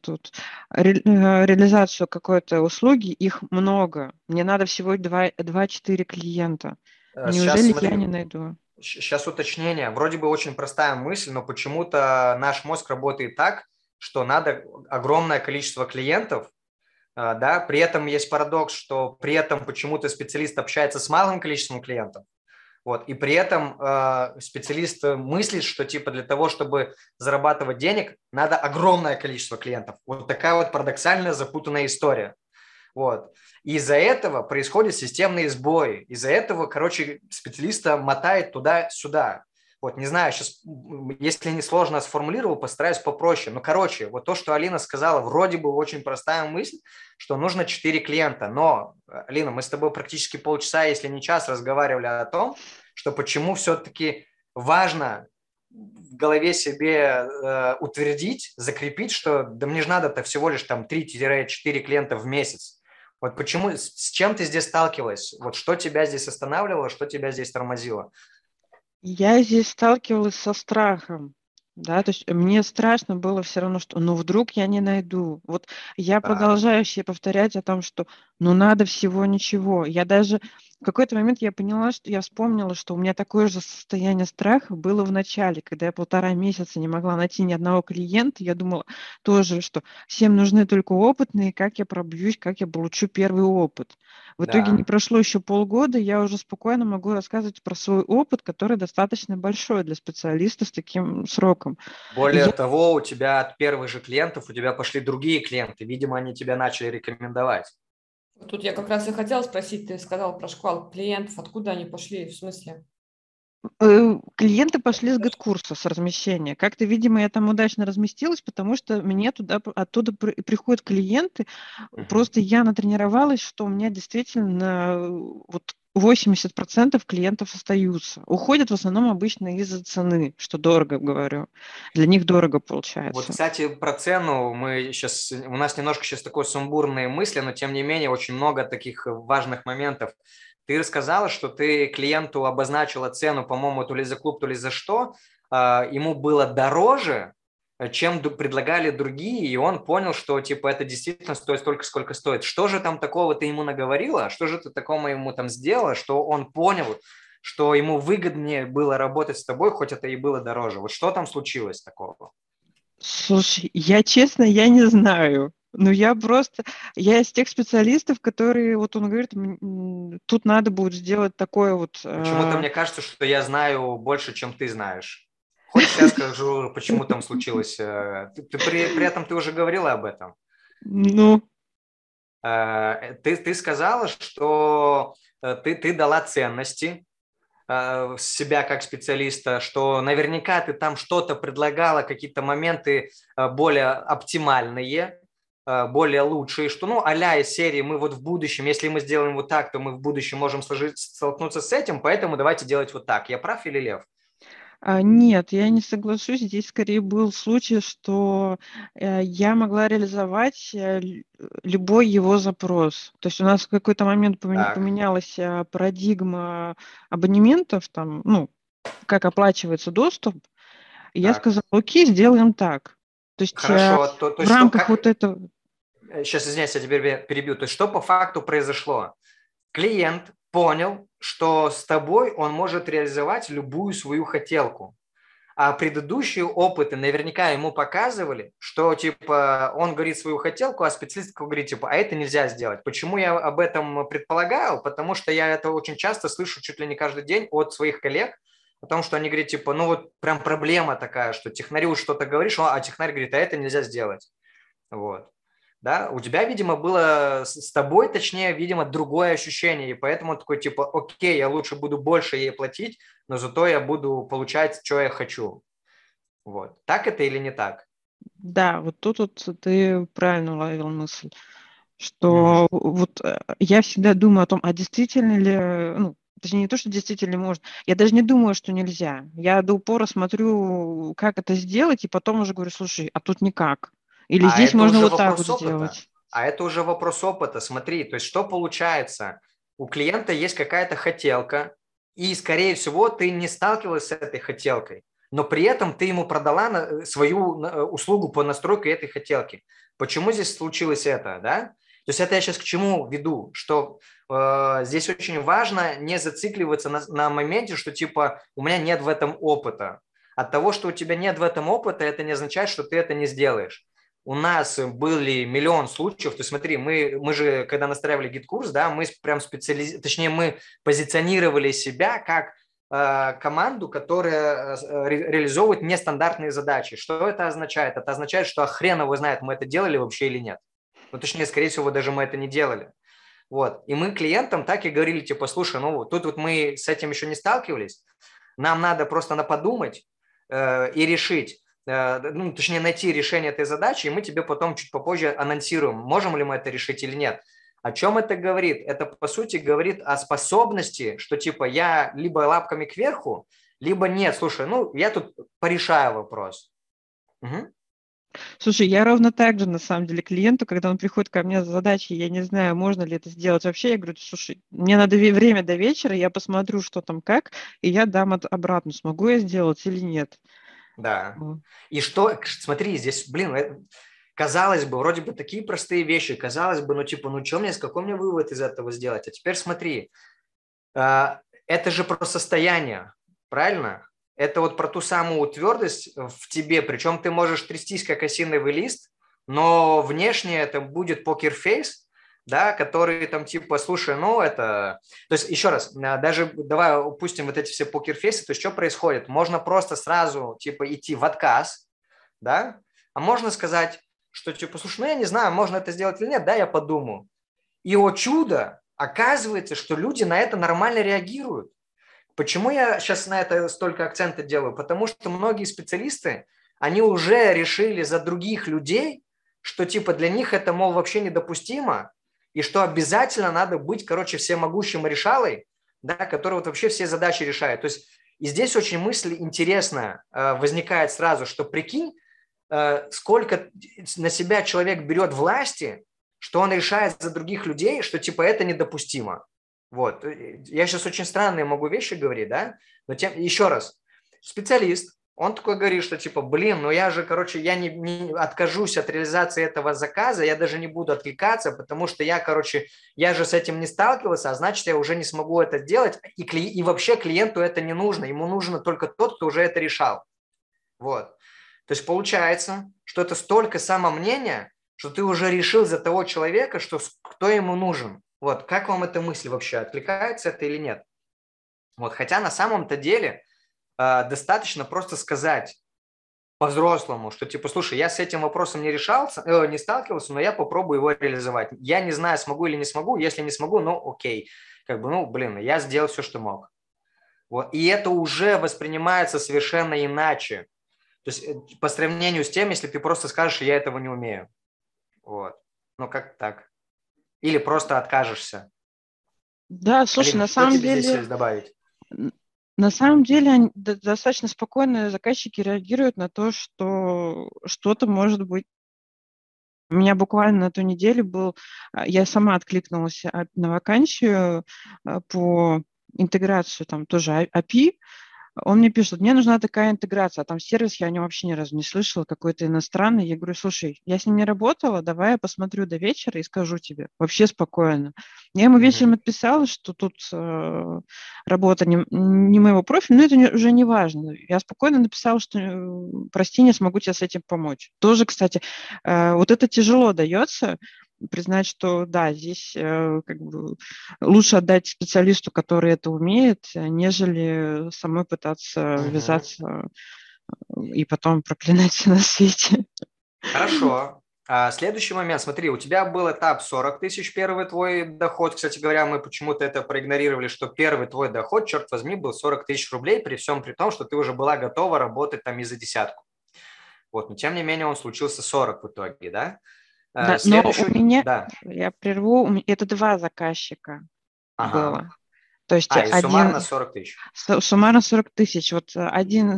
реализацию какой-то услуги, их много. Мне надо всего 2-4 клиента. Сейчас Неужели я смотри, не найду? сейчас уточнение. Вроде бы очень простая мысль, но почему-то наш мозг работает так, что надо огромное количество клиентов. Да, при этом есть парадокс, что при этом почему-то специалист общается с малым количеством клиентов, вот, и при этом специалист мыслит, что типа для того, чтобы зарабатывать денег, надо огромное количество клиентов. Вот такая вот парадоксальная запутанная история. Вот. И из-за этого происходят системные сбои. Из-за этого, короче, специалиста мотает туда-сюда. Вот, не знаю, сейчас, если не сложно сформулировал, постараюсь попроще. Но, короче, вот то, что Алина сказала, вроде бы очень простая мысль, что нужно 4 клиента. Но, Алина, мы с тобой практически полчаса, если не час, разговаривали о том, что почему все-таки важно в голове себе утвердить, закрепить, что да мне же надо-то всего лишь там 3-4 клиента в месяц. Вот почему, с чем ты здесь сталкивалась? Вот что тебя здесь останавливало, что тебя здесь тормозило? Я здесь сталкивалась со страхом. Да, то есть мне страшно было все равно, что ну вдруг я не найду. Вот я Так, продолжаю себе повторять о том, что ну надо всего ничего. Я даже в какой-то момент я поняла, что я вспомнила, что у меня такое же состояние страха было в начале, когда я 1,5 месяца не могла найти ни одного клиента. Я думала тоже, что всем нужны только опытные, как я пробьюсь, как я получу первый опыт. В итоге не да. прошло еще полгода, я уже спокойно могу рассказывать про свой опыт, который достаточно большой для специалиста с таким сроком. И Более я, того, у тебя от первых же клиентов, у тебя пошли другие клиенты. Видимо, они тебя начали рекомендовать. Тут я как раз и хотела спросить, ты сказал про шквал клиентов, откуда они пошли, в смысле? клиенты пошли с гид-курса, с размещения. Как-то, видимо, я там удачно разместилась, потому что мне туда, оттуда приходят клиенты. Мгм. Просто я натренировалась, что у меня действительно вот 80% клиентов остаются. Уходят в основном обычно из-за цены, что дорого, говорю. Для них дорого Вот, получается. кстати, про цену мы сейчас, у нас немножко сейчас такой сумбурные мысли, но тем не менее очень много таких важных моментов. Ты рассказала, что ты клиенту обозначила цену, по-моему, то ли за клуб, то ли за что, ему было дороже, чем предлагали другие, и он понял, что типа это действительно стоит столько, сколько стоит. Что же там такого ты ему наговорила? Что же ты такого ему там сделала, что он понял, что ему выгоднее было работать с тобой, хоть это и было дороже? Вот что там случилось такого? Слушай, я честно, я не знаю. Но я из тех специалистов, которые, вот он говорит, тут надо будет сделать такое вот. Почему-то мне кажется, что я знаю больше, чем ты знаешь. Хочешь, я скажу, почему там случилось? При этом ты уже говорила об этом. Ну, Ты сказала, что ты дала ценности себя как специалиста, что наверняка ты там что-то предлагала, какие-то моменты более оптимальные, более лучшие, что, ну, а-ля из серии мы вот в будущем, если мы сделаем вот так, то мы в будущем можем столкнуться с этим, поэтому давайте делать вот так. Я прав или Лев? нет, я не соглашусь. Здесь скорее был случай, что я могла реализовать любой его запрос. То есть у нас в какой-то момент Так, поменялась парадигма абонементов, там, ну, как оплачивается доступ. И я так. сказала, окей, сделаем так. То есть Хорошо. То в есть что, рамках как... вот этого. Сейчас, извиняюсь, я теперь перебью. То есть что по факту произошло? Клиент понял, что с тобой он может реализовать любую свою хотелку. А предыдущие опыты наверняка ему показывали, что, типа, он говорит свою хотелку, а специалист говорит, типа, а это нельзя сделать. Почему я об этом предполагаю? Потому что я это очень часто слышу чуть ли не каждый день от своих коллег, о том, что они говорят, типа, ну вот прям проблема такая, что технарю что-то говоришь, а технарь говорит, а это нельзя сделать. Вот. Да, у тебя, видимо, было с тобой, точнее, видимо, другое ощущение, и поэтому он такой, типа, окей, я лучше буду больше ей платить, но зато я буду получать, что я хочу. Вот. Так это или не так? Да, вот тут вот ты правильно уловил мысль, что вот я всегда думаю о том, а действительно ли, ну, точнее, не то, что действительно можно, я даже не думаю, что нельзя. Я до упора смотрю, как это сделать, и потом уже говорю, слушай, а тут никак. Или А здесь это можно уже вот так вот вопрос опыта. сделать. А это уже вопрос опыта. Смотри, то есть что получается? У клиента есть какая-то хотелка, и, скорее всего, ты не сталкивалась с этой хотелкой, но при этом ты ему продала свою услугу по настройке этой хотелки. Почему здесь случилось это, да? То есть это я сейчас к чему веду, что здесь очень важно не зацикливаться на моменте, что типа у меня нет в этом опыта. От того, что у тебя нет в этом опыта, это не означает, что ты это не сделаешь. У нас были миллион случаев, то есть смотри, мы же, когда настраивали гид-курс, да, мы прям точнее, мы позиционировали себя как команду, которая реализовывает нестандартные задачи. Что это означает? Это означает, что хрен его знает, мы это делали вообще или нет. Ну, точнее, скорее всего, даже мы это не делали. Вот. И мы клиентам так и говорили, типа, слушай, ну, тут вот мы с этим еще не сталкивались, нам надо просто подумать и решить, ну, точнее, найти решение этой задачи, и мы тебе потом чуть попозже анонсируем, можем ли мы это решить или нет. О чем это говорит? Это, по сути, говорит о способности, что, типа, я либо лапками кверху, либо нет, слушай, ну, я тут порешаю вопрос. Угу. Слушай, я ровно так же, на самом деле, клиенту, когда он приходит ко мне с задачей, я не знаю, можно ли это сделать вообще, я говорю, слушай, мне надо время до вечера, я посмотрю, что там как, и я дам обратно, смогу я сделать или нет. Да. И что, смотри, здесь, блин, казалось бы, вроде бы такие простые вещи, казалось бы, ну типа, ну что мне, какой мне вывод из этого сделать? А теперь смотри, это же про состояние, правильно? Это вот про ту самую твердость в тебе, причем ты можешь трястись, как осиновый лист, но внешне это будет покерфейс, да, который там типа, слушай, ну это... То есть еще раз, даже давай упустим вот эти все покерфейсы, то есть что происходит? Можно просто сразу типа идти в отказ, да, а можно сказать, что типа, слушай, ну я не знаю, можно это сделать или нет, да, я подумаю. И, о чудо, оказывается, что люди на это нормально реагируют. Почему я сейчас на это столько акцента делаю? Потому что многие специалисты, они уже решили за других людей, что типа для них это, мол, вообще недопустимо, и что обязательно надо быть, короче, всемогущим решалой, да, который вот вообще все задачи решает. То есть и здесь очень мысль интересная возникает сразу, что прикинь, сколько на себя человек берет власти, что он решает за других людей, что типа это недопустимо. Вот. Я сейчас очень странные могу вещи говорить, да? Но еще раз, специалист, он такой говорит, что типа, блин, ну я же, короче, я не откажусь от реализации этого заказа, я даже не буду откликаться, потому что я, короче, я же с этим не сталкивался, а значит, я уже не смогу это делать, и вообще клиенту это не нужно, ему нужно только тот, кто уже это решал. Вот. То есть получается, что это столько самомнения, что ты уже решил за того человека, что кто ему нужен. Вот, как вам эта мысль вообще, откликается это или нет? Вот, хотя на самом-то деле достаточно просто сказать по-взрослому, что типа, слушай, я с этим вопросом не решался, не сталкивался, но я попробую его реализовать. Я не знаю, смогу или не смогу, если не смогу, ну окей, как бы, ну блин, я сделал все, что мог. Вот, и это уже воспринимается совершенно иначе. То есть по сравнению с тем, если ты просто скажешь, я этого не умею. Вот. Ну как так? Или просто откажешься. Да, слушай, Алина, что тебе здесь есть добавить? на самом деле достаточно спокойно заказчики реагируют на то, что что-то может быть. У меня буквально на ту неделю я сама откликнулась на вакансию по интеграцию, там тоже API, Он мне пишет: мне нужна такая интеграция, а там сервис я о нем вообще ни разу не слышала, какой-то иностранный. Я говорю: слушай, я с ним не работала, давай я посмотрю до вечера и скажу тебе. Вообще спокойно. Я ему вечером Мгм. отписала, что тут работа не моего профиля, но это уже не важно. Я спокойно написала, что прости, не смогу тебе с этим помочь. Тоже, кстати, вот это тяжело дается, признать, что да, здесь как бы лучше отдать специалисту, который это умеет, нежели самой пытаться Мгм. ввязаться и потом проклинать все на свете. Хорошо. Следующий момент, смотри, у тебя был этап 40 тысяч, первый твой доход. Кстати говоря, мы почему-то это проигнорировали, что первый твой доход, черт возьми, был 40 тысяч рублей, при всем при том, что ты уже была готова работать там и за десятку. Вот, но тем не менее он случился 40 в итоге, да? Да, но у Следующий, меня, да, я прерву, это два заказчика ага. было. То есть И суммарно один, 40 тысяч. суммарно 40 тысяч. Вот один,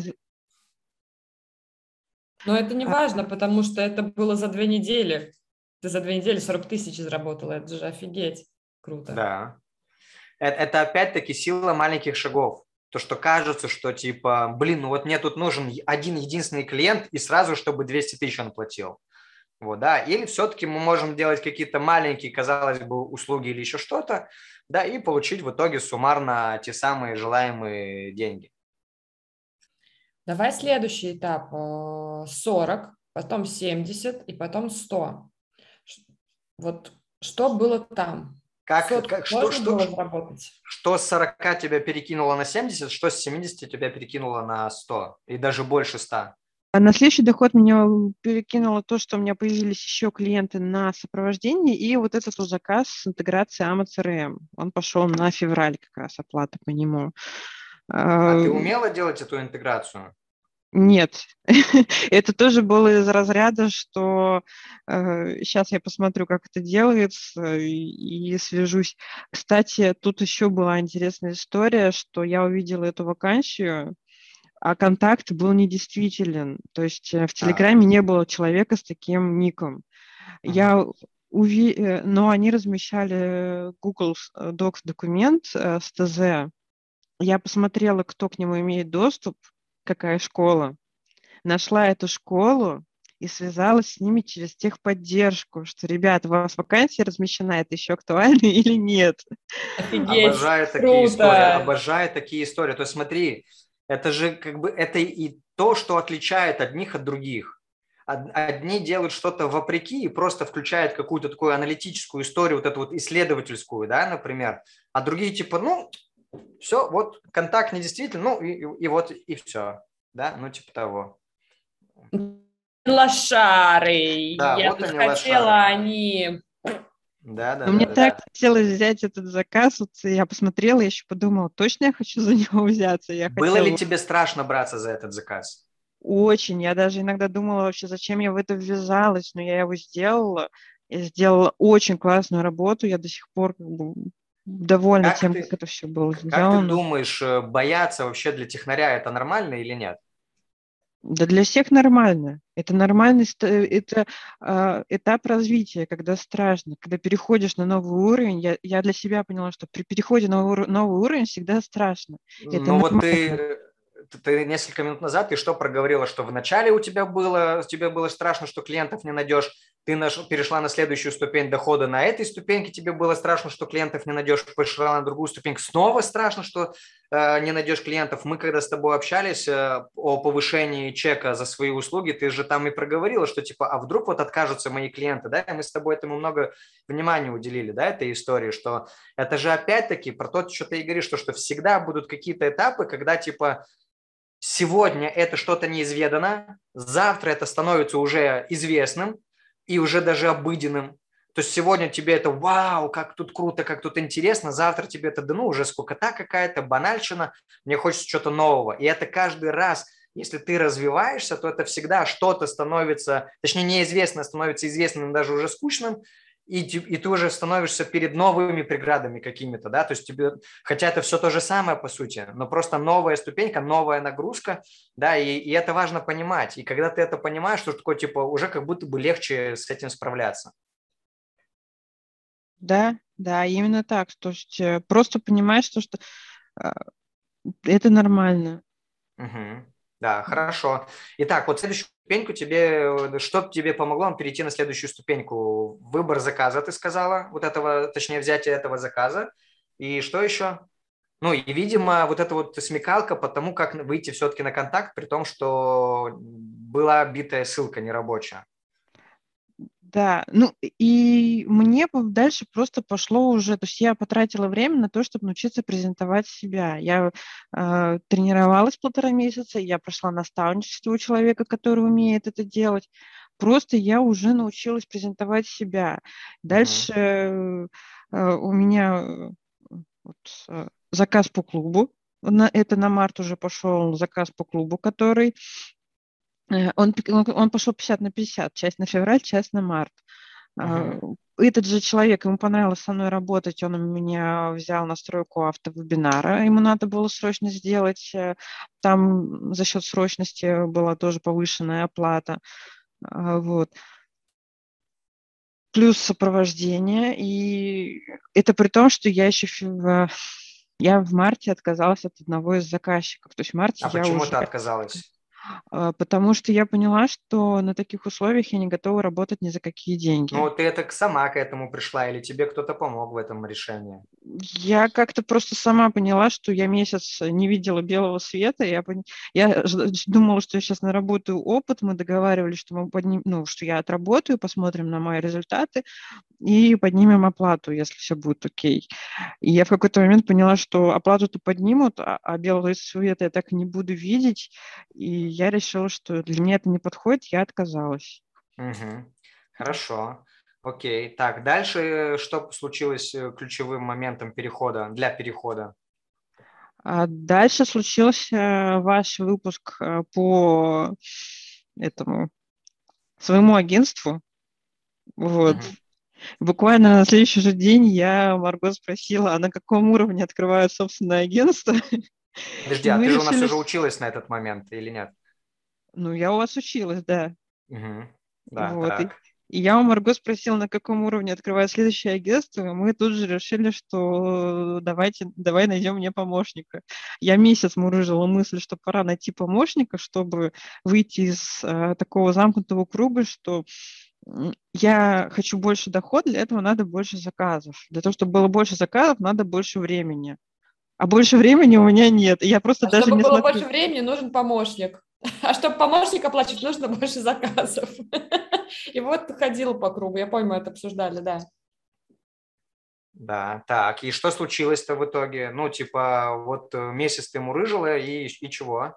Но это не важно, потому что это было за 2 недели. Ты за 2 недели 40 тысяч заработала. Это же офигеть. Круто. Да. Это опять-таки сила маленьких шагов. То, что кажется, что типа, блин, ну вот мне тут нужен один единственный клиент, и сразу, чтобы 200 тысяч он платил. Вот, да. Или все-таки мы можем делать какие-то маленькие, казалось бы, услуги или еще что-то, да, и получить в итоге суммарно те самые желаемые деньги. Давай следующий этап. 40, потом 70 и потом 100. Вот что было там? Как, Сотку как, что, можно что, было заработать? что с 40 тебя перекинуло на 70, что с 70 тебя перекинуло на 100 и даже больше 100. а на следующий доход меня перекинуло то, что у меня появились еще клиенты на сопровождение, и вот этот вот заказ с интеграцией AMA CRM. Он пошел на февраль как раз, оплата по нему. А А, ты умела делать эту интеграцию? Нет, это тоже было из разряда, что сейчас я посмотрю, как это делается, и свяжусь. Кстати, тут еще была интересная история, что я увидела эту вакансию, а контакт был недействителен. То есть в Так. Телеграме не было человека с таким ником. Мгм. Но они размещали Google Docs документ с ТЗ. Я посмотрела, кто к нему имеет доступ, какая школа. Нашла эту школу и связалась с ними через техподдержку, что, ребята, у вас вакансия размещена, это еще актуально или нет? Офигеть, Обожаю такие истории, круто. обожаю такие истории. То есть смотри, это же как бы это и то, что отличает одних от других. Одни делают что-то вопреки и просто включают какую-то такую аналитическую историю, вот эту вот исследовательскую, да, например, а другие типа, ну, все, вот контакт недействителен, ну, и вот, и все, да, ну, типа того. Лошары. Да, Я вот тут они хотела, лошары. они... Да, да, Но да, мне да, так да. хотелось взять этот заказ, вот я посмотрела, еще подумала, точно я хочу за него взяться. Я Было ли хотела тебе страшно браться за этот заказ? очень, я даже иногда думала вообще, зачем я в это ввязалась, но я его сделала. Я сделала очень классную работу, я до сих пор как бы довольна Как тем, как ты, это все было как ты сделано. думаешь, бояться вообще для технаря это нормально или нет? Да для всех нормально. Это нормальный, это этап развития, когда страшно, когда переходишь на новый уровень. Я для себя поняла, что при переходе на новый уровень всегда страшно. Это Ну вот нормально. ты несколько минут назад ты что проговорила, что вначале тебе было страшно, что клиентов не найдешь, перешла на следующую ступень дохода, на этой ступеньке тебе было страшно, что клиентов не найдешь, перешла на другую ступеньку, снова страшно, что не найдешь клиентов. Мы когда с тобой общались о повышении чека за свои услуги, ты же там и проговорила, что типа, а вдруг вот откажутся мои клиенты, да, и мы с тобой этому много внимания уделили, да, этой истории, что это же опять-таки про то, что ты и говоришь, что всегда будут какие-то этапы, когда типа сегодня это что-то неизведанно, завтра это становится уже известным и уже даже обыденным. То есть сегодня тебе это вау, как тут круто, как тут интересно, завтра тебе это, да ну, уже скукота какая-то, банальщина, мне хочется что-то нового. И это каждый раз, если ты развиваешься, то это всегда что-то становится, точнее неизвестно, становится известным, даже уже скучным, и ты уже становишься перед новыми преградами какими-то, да, то есть тебе, хотя это все то же самое по сути, но просто новая ступенька, новая нагрузка, да, и это важно понимать, и когда ты это понимаешь, то такое, типа, уже как будто бы легче с этим справляться. Да, да, именно так. То есть просто понимаешь, что это нормально. Мгм. Да, хорошо. Итак, вот следующую ступеньку что тебе помогло перейти на следующую ступеньку? Выбор заказа, ты сказала, вот этого, точнее, взятие этого заказа. И что еще? Ну и, видимо, вот эта вот смекалка по тому, как выйти все-таки на контакт, при том, что была битая ссылка нерабочая. Да, ну и мне дальше просто пошло уже, то есть я потратила время на то, чтобы научиться презентовать себя. Я тренировалась 1,5 месяца, я прошла наставничество у человека, который умеет это делать. Просто я уже научилась презентовать себя. Мгм. Дальше у меня вот, заказ по клубу. Это на март уже пошел заказ по клубу, который он пошел 50/50, часть на февраль, часть на март. Мгм. Этот же человек, ему понравилось со мной работать, он у меня взял настройку автовебинара, ему надо было срочно сделать, там за счет срочности была тоже повышенная оплата, вот. Плюс сопровождение, и это при том, что я в марте отказалась от одного из заказчиков, то есть в марте А я почему уже ты отказалась? потому что я поняла, что на таких условиях я не готова работать ни за какие деньги. Ну, ты это сама к этому пришла или тебе кто-то помог в этом решении? Я как-то просто сама поняла, что я месяц не видела белого света. Я думала, что я сейчас наработаю опыт. Мы договаривались, что ну, что я отработаю, посмотрим на мои результаты и поднимем оплату, если все будет окей. И я в какой-то момент поняла, что оплату-то поднимут, а белого света я так и не буду видеть. И я решила, что для меня это не подходит, я отказалась. Мгм. Хорошо. Окей. Так, дальше что случилось ключевым моментом для перехода? А дальше случился ваш выпуск по этому своему агентству. Вот. Мгм. Буквально на следующий же день я Марго спросила, а на каком уровне открывают собственное агентство. Подожди, И а мы ты же у нас решили, уже училась на этот момент или нет? ну, я у вас училась, да. Мгм. Да, Вот. так. И я у Марго спросила, на каком уровне открывает следующее агентство, и мы тут же решили, что давай найдем мне помощника. Я месяц мурыжила мысль, что пора найти помощника, чтобы выйти из такого замкнутого круга, что я хочу больше дохода, для этого надо больше заказов. Для того, чтобы было больше заказов, надо больше времени. А больше времени у меня нет. И я просто А даже чтобы не было смотрю. больше времени, нужен помощник. А чтобы помощник оплачивать, нужно больше заказов. И вот ходила по кругу. Я помню, мы это обсуждали, да. Да, так. И что случилось-то в итоге? Ну, типа, вот месяц ты мурыжила и чего?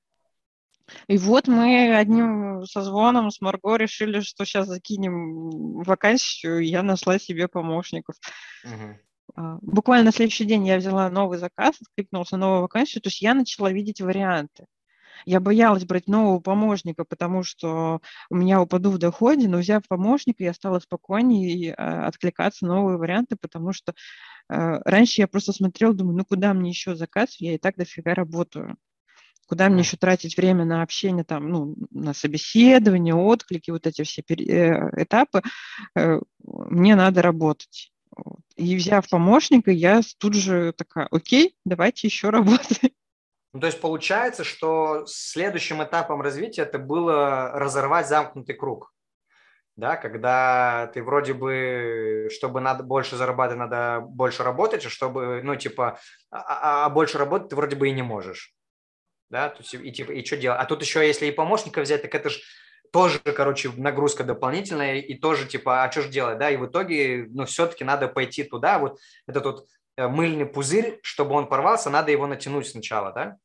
И вот мы одним созвоном с Марго решили, что сейчас закинем вакансию, и я нашла себе помощников. Мгм. Буквально на следующий день я взяла новый заказ, откликнулся на новую вакансию, то есть я начала видеть варианты. Я боялась брать нового помощника, потому что у меня упаду в доходе, но взяв помощника, я стала спокойнее и откликаться на новые варианты, потому что раньше я просто смотрела, думаю, ну куда мне еще заказ, я и так дофига работаю. Куда мне Мгм. еще тратить время на общение, там, ну, на собеседование, отклики, вот эти все этапы, мне надо работать. Вот. И взяв помощника, я тут же такая, окей, давайте еще работать. Ну, то есть получается, что следующим этапом развития это было разорвать замкнутый круг, да, когда ты вроде бы, чтобы надо больше зарабатывать, надо больше работать, а чтобы, ну, типа, а больше работать ты вроде бы и не можешь, да, то есть, и типа, и что делать? А тут еще, если и помощника взять, так это же тоже, короче, нагрузка дополнительная, и тоже, типа, а что же делать, да, и в итоге, ну, все-таки надо пойти туда, вот этот вот мыльный пузырь, чтобы он порвался, надо его натянуть сначала, да?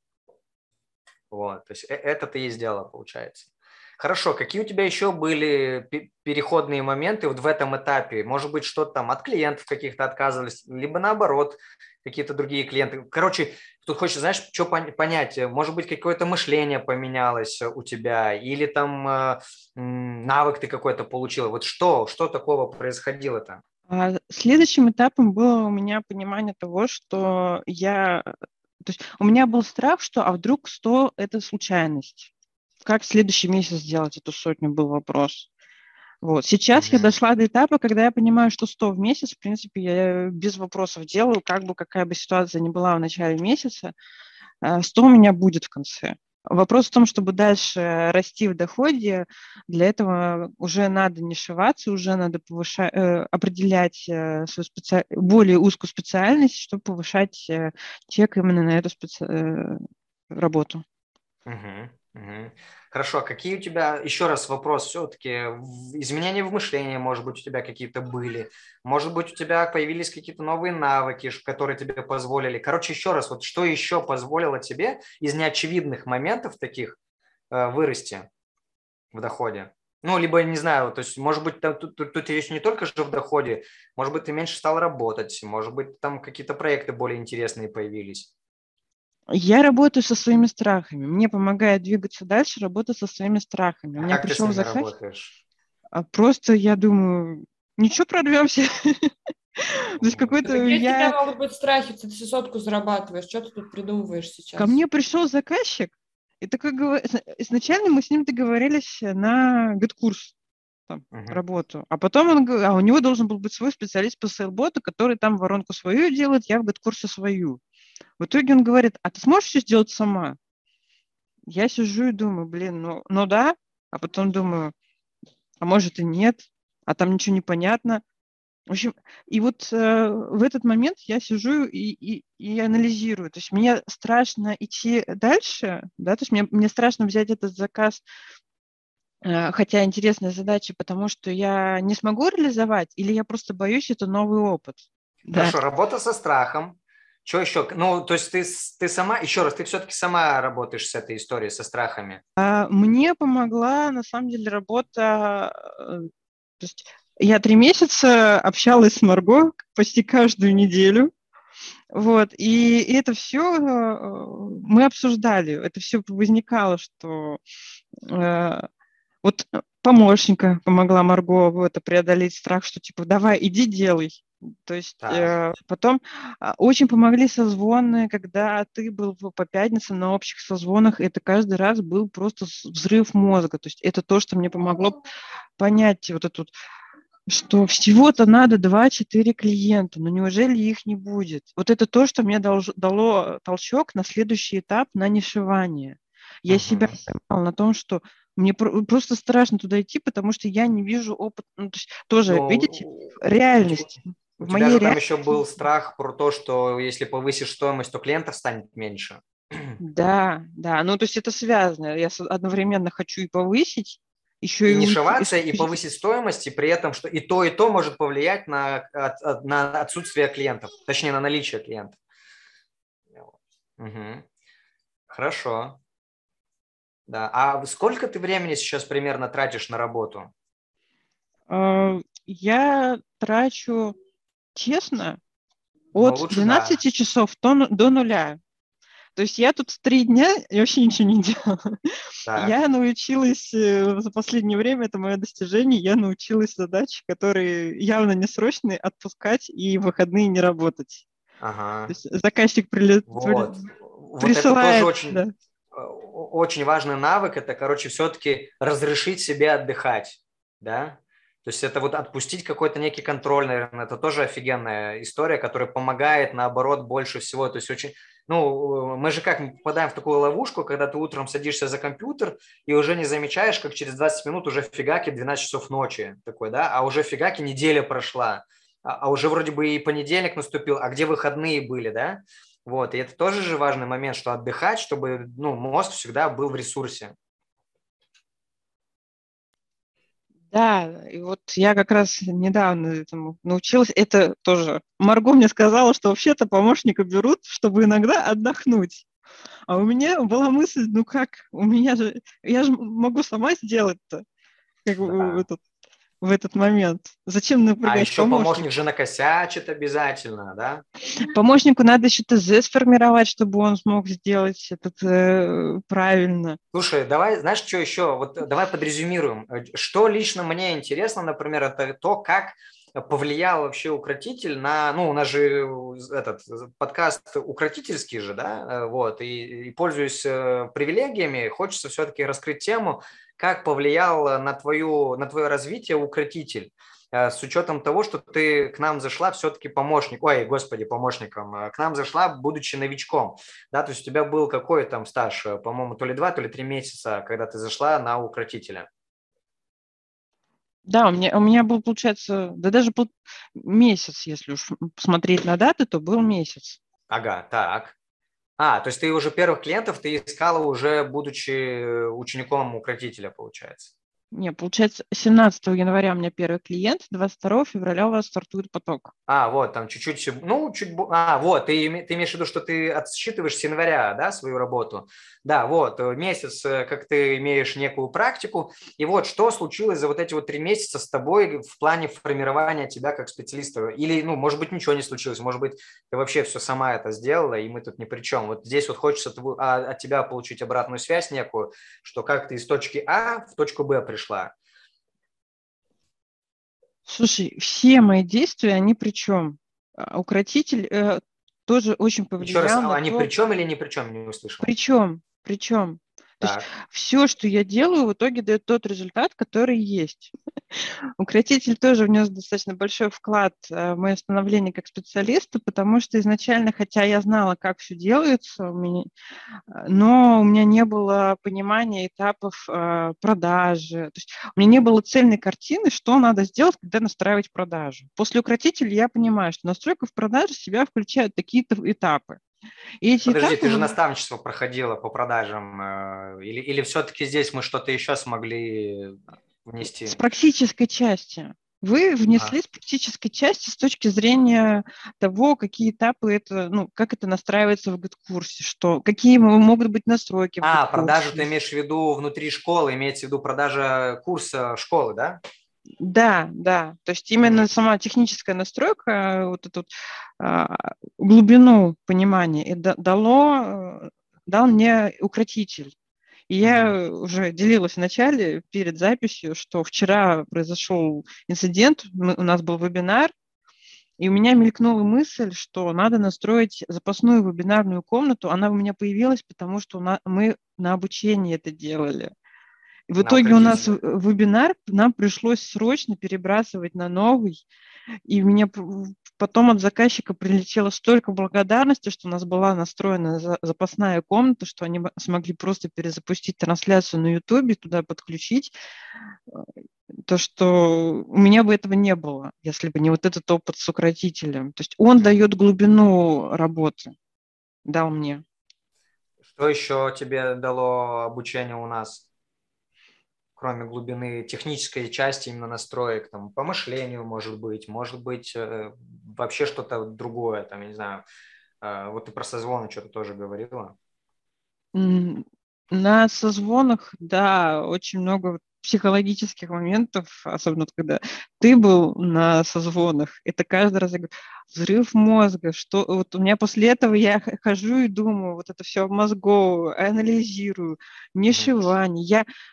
Вот, то есть это ты и сделала, получается. Хорошо, какие у тебя еще были переходные моменты вот в этом этапе? Может быть, что-то там от клиентов каких-то отказывались, либо наоборот, какие-то другие клиенты. Короче, тут хочешь, знаешь, что понять? Может быть, какое-то мышление поменялось у тебя, или там навык ты какой-то получила. Вот что такого происходило-то? Следующим этапом было у меня понимание того, что то есть у меня был страх, что а вдруг 100 – это случайность. Как в следующий месяц сделать эту сотню, был вопрос. Вот. Сейчас я Мгм. дошла до этапа, когда я понимаю, что 100 в месяц, в принципе, я без вопросов делаю, как бы какая бы ситуация ни была в начале месяца, 100 у меня будет в конце. Вопрос в том, чтобы дальше расти в доходе, для этого уже надо нишеваться, уже надо определять свою более узкую специальность, чтобы повышать чек именно на эту работу. Мгм, мгм. Хорошо, а какие у тебя, еще раз вопрос, все-таки изменения в мышлении, может быть, у тебя какие-то были, может быть, у тебя появились какие-то новые навыки, которые тебе позволили. Короче, еще раз, вот что еще позволило тебе из неочевидных моментов таких вырасти в доходе? Ну, либо, не знаю, то есть, может быть, тут речь не только же в доходе, может быть, ты меньше стал работать, может быть, там какие-то проекты более интересные появились. Я работаю со своими страхами. Мне помогает двигаться дальше, работать со своими страхами. У А меня как ты с пришел ними заказ, работаешь? а просто я думаю, ничего, прорвемся. То есть А какой-то какие у тебя могут быть страхи? Ты сотку зарабатываешь, что ты тут придумываешь Ко сейчас? мне пришел заказчик, и такой изначально мы с ним договорились на гид-курс, там, Мгм. работу. А потом у него должен был быть свой специалист по сейлботу, который там воронку свою делает, я в гид-курсе свою. В итоге он говорит, а ты сможешь все сделать сама? Я сижу и думаю, блин, ну да. А потом думаю, а может и нет, а там ничего не понятно. В общем, и вот в этот момент я сижу и анализирую. То есть мне страшно идти дальше, да, то есть мне страшно взять этот заказ, хотя интересная задача, потому что я не смогу реализовать, или я просто боюсь, это новый опыт. Да. Хорошо, работа со страхом. Что еще? Ну, то есть ты сама, еще раз, ты все-таки сама работаешь с этой историей, со страхами. Мне помогла, на самом деле, работа. То есть я 3 месяца общалась с Марго почти каждую неделю. Вот, и это все мы обсуждали, это все возникало, что вот помощника помогла Марго это преодолеть страх, что типа давай, иди делай. То есть Так. потом очень помогли созвоны, когда ты был по пятницам на общих созвонах, это каждый раз был просто взрыв мозга. То есть это то, что мне помогло понять вот эту, что всего-то надо 2-4 клиента, но неужели их не будет? Вот это то, что мне дало толчок на следующий этап, на нишевание. Я себя Мгм. поймала на том, что мне просто страшно туда идти, потому что я не вижу опыта. Ну, то есть тоже, Ну, видите, реальность. у В тебя моей же там еще реальности, был страх про то, что если повысишь стоимость, то клиентов станет меньше. да, да. Ну, то есть это связано. Я одновременно хочу и повысить, еще И и уйти. нишеваться, и повысить стоимость, и при этом, что и то может повлиять на отсутствие клиентов, точнее, на наличие клиентов. Мгм. Хорошо. Да. А сколько ты времени сейчас примерно тратишь на работу? Я трачу, честно, Ну, от лучше да. 12 часов до нуля. То есть я тут 3 дня и вообще ничего не делала. Так. Я научилась за последнее время, это мое достижение, я научилась задачи, которые явно не срочные, отпускать и в выходные не работать. То Ага. есть заказчик Вот. Вот это тоже присылает, очень, да. очень важный навык. Это, короче, все-таки разрешить себе отдыхать, да? То есть это вот отпустить какой-то некий контроль, наверное, это тоже офигенная история, которая помогает, наоборот, больше всего. То есть очень, ну, мы же как, мы попадаем в такую ловушку, когда ты утром садишься за компьютер и уже не замечаешь, как через 20 минут уже фигаки 12 часов ночи такой, да, а уже фигаки неделя прошла, а уже вроде бы и понедельник наступил, а где выходные были, да? Вот, и это тоже же важный момент, что отдыхать, чтобы, ну, мозг всегда был в ресурсе. Да, и вот я как раз недавно этому научилась. Это тоже Марго мне сказала, что вообще-то помощника берут, чтобы иногда отдохнуть. А у меня была мысль, ну как, у меня же, я же могу сама сделать-то, как Да. в этот момент. Зачем А напрягать еще помощник помощника? же накосячит обязательно, да? Помощнику надо еще ТЗ сформировать, чтобы он смог сделать этот правильно. Слушай, давай, знаешь, что еще? Вот давай подрезюмируем. Что лично мне интересно, например, это то, как повлиял вообще укротитель на, ну, у нас же этот подкаст укротительский же, да, вот, и пользуясь привилегиями, хочется все-таки раскрыть тему, как повлиял на твое развитие укротитель. с учетом того, что ты к нам зашла все-таки помощником, к нам зашла, будучи новичком, да, то есть у тебя был какой там стаж, по-моему, то ли 2, то ли 3 месяца, когда ты зашла на укротителя. Да, у меня был, получается, да даже был месяц, если уж посмотреть на даты, то был месяц. Ага, так. То есть ты уже первых клиентов ты искала уже будучи учеником укротителя, получается. Не, получается, 17 января у меня первый клиент, 22 февраля у вас стартует поток. Вот, там чуть-чуть, ну, вот, ты имеешь в виду, что ты отсчитываешь с января, да, свою работу? Да, вот, месяц, как ты имеешь некую практику, и вот что случилось за вот эти вот 3 месяца с тобой в плане формирования тебя как специалиста? Или, ну, может быть, ничего не случилось, может быть, ты вообще все сама это сделала, и мы тут ни при чем. Вот здесь вот хочется от тебя получить обратную связь некую, что как ты из точки А в точку Б пришла. Слушай, все мои действия, они при чем? Укротитель тоже очень Еще раз, повлиял на они при то, чем или не при чем, не услышал. причем. То есть Так. все, что я делаю, в итоге дает тот результат, который есть. Укротитель тоже внес достаточно большой вклад в мое становление как специалиста, потому что изначально, хотя я знала, как все делается, но у меня не было понимания этапов продажи. То есть у меня не было цельной картины, что надо сделать, когда настраивать продажу. После укротителя я понимаю, что настройка в продаже в себя включает такие-то этапы. И эти Подожди, этапы ты же наставничество проходила по продажам, или все-таки здесь мы что-то еще смогли с внести? практической части. Вы внесли с практической части с точки зрения того, какие этапы это, ну, как это настраивается в гид-курсе, что, какие могут быть настройки в Продажу ты гид-курсе. имеешь в виду внутри школы, имеется в виду продажа курса школы, да? Да, да. То есть именно Мгм. сама техническая настройка, вот эту глубину понимания и дал мне укротитель. И Мгм. я уже делилась в начале, перед записью, что вчера произошел инцидент, у нас был вебинар, и у меня мелькнула мысль, что надо настроить запасную вебинарную комнату. Она у меня появилась, потому что мы на обучении это делали. И в На итоге у нас укротителя. вебинар нам пришлось срочно перебрасывать на новый. И мне потом от заказчика прилетело столько благодарности, что у нас была настроена запасная комната, что они смогли просто перезапустить трансляцию на YouTube, туда подключить. То, что у меня бы этого не было, если бы не вот этот опыт с укротителем. То есть он Мгм. дает глубину работы, дал мне. Что еще тебе дало обучение у нас, кроме глубины технической части, именно настроек, там, по мышлению, может быть, вообще что-то другое, там, я не знаю, вот ты про созвоны что-то тоже говорила. На созвонах, да, очень много вот психологических моментов, особенно вот когда ты был на созвонах, это каждый раз я говорю, взрыв мозга, что вот у меня после этого я хожу и думаю, вот это все в мозгу, анализирую, Мгм. нишевание.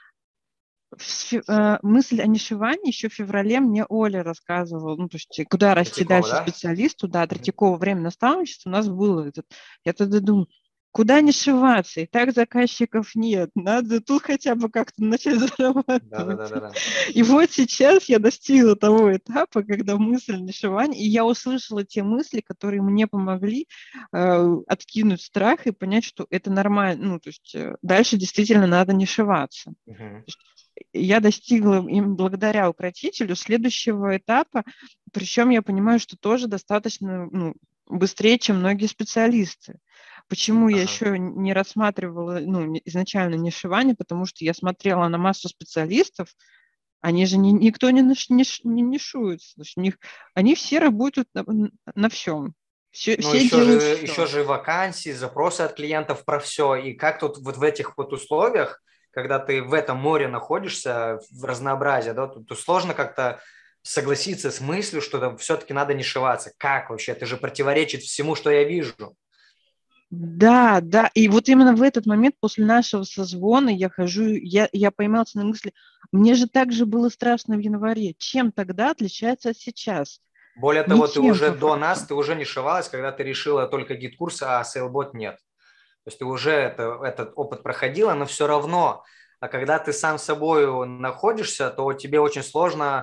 Мысль о нишевании еще в феврале мне Оля рассказывала, ну, то есть куда расти Третьякова, дальше да? специалисту, да, Мгм. Третьякова время наставничества у нас было. Я тогда думаю, куда нишеваться, и так заказчиков нет, надо тут хотя бы как-то начать Да, да, да, зарабатывать. да, да. И вот сейчас я достигла того этапа, когда мысль нишевания, и я услышала те мысли, которые мне помогли откинуть страх и понять, что это нормально, ну, то есть дальше действительно надо нишеваться. Мгм. Я достигла им благодаря укротителю следующего этапа, причем я понимаю, что тоже достаточно быстрее, чем многие специалисты. Почему я Ага. еще не рассматривала изначально нишевание, потому что я смотрела на массу специалистов, они же никто не нишуется, они все работают на всем, Ну, все делают еще все. же вакансии, запросы от клиентов про все. И как тут вот в этих вот условиях, когда ты в этом море находишься, в разнообразии, да, тут сложно как-то согласиться с мыслью, что все-таки надо нишеваться. Как вообще? Это же противоречит всему, что я вижу. Да, да, и вот именно в этот момент после нашего созвона я хожу, я поймалась на мысли, мне же так же было страшно в январе. Чем тогда отличается от сейчас? Более того, ты Никем уже по до нас, факту. ты уже нишевалась, когда ты решила только гид-курс, а SailBot нет. То есть ты уже этот опыт проходила, но все равно, а когда ты сам с собой находишься, то тебе очень сложно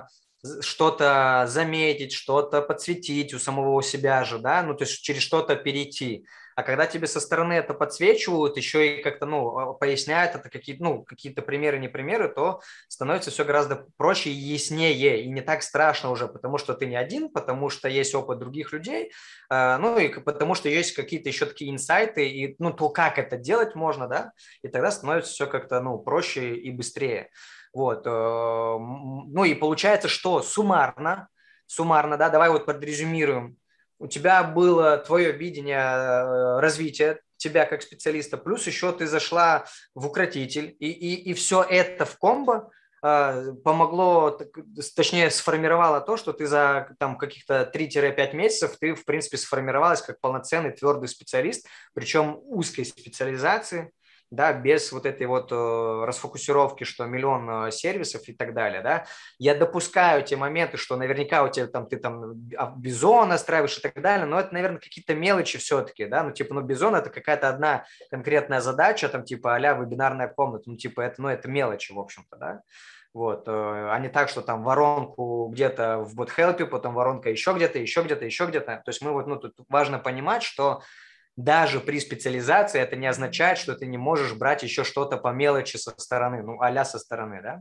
что-то заметить, что-то подсветить у самого себя же, да, ну, то есть через что-то перейти. А когда тебе со стороны это подсвечивают, еще и как-то, ну, поясняют это какие-то, ну, какие-то примеры, не примеры, то становится все гораздо проще и яснее, и не так страшно уже, потому что ты не один, потому что есть опыт других людей, ну, и потому что есть какие-то еще такие инсайты, и, ну, то, как это делать можно, да, и тогда становится все как-то, ну, проще и быстрее. Вот. Ну и получается, что суммарно, да, давай вот подрезюмируем. У тебя было твое видение развития тебя как специалиста, плюс еще ты зашла в укротитель, и все это в комбо помогло, точнее, сформировало то, что ты за там, каких-то 3-5 месяцев ты, в принципе, сформировалась как полноценный твердый специалист, причем узкой специализации, да, без вот этой вот расфокусировки, что миллион сервисов и так далее, да. Я допускаю те моменты, что наверняка у тебя там, ты там Бизон настраиваешь и так далее, но это, наверное, какие-то мелочи все-таки, да, ну, типа, ну, Бизон это какая-то одна конкретная задача, там, типа, а-ля вебинарная комната, ну, типа, это, ну, это мелочи, в общем-то, да. Вот, а не так, что там воронку где-то в BotHelp, потом воронка еще где-то, еще где-то, еще где-то. То есть мы вот, ну, тут важно понимать, что даже при специализации это не означает, что ты не можешь брать еще что-то по мелочи со стороны, ну, а-ля со стороны, да?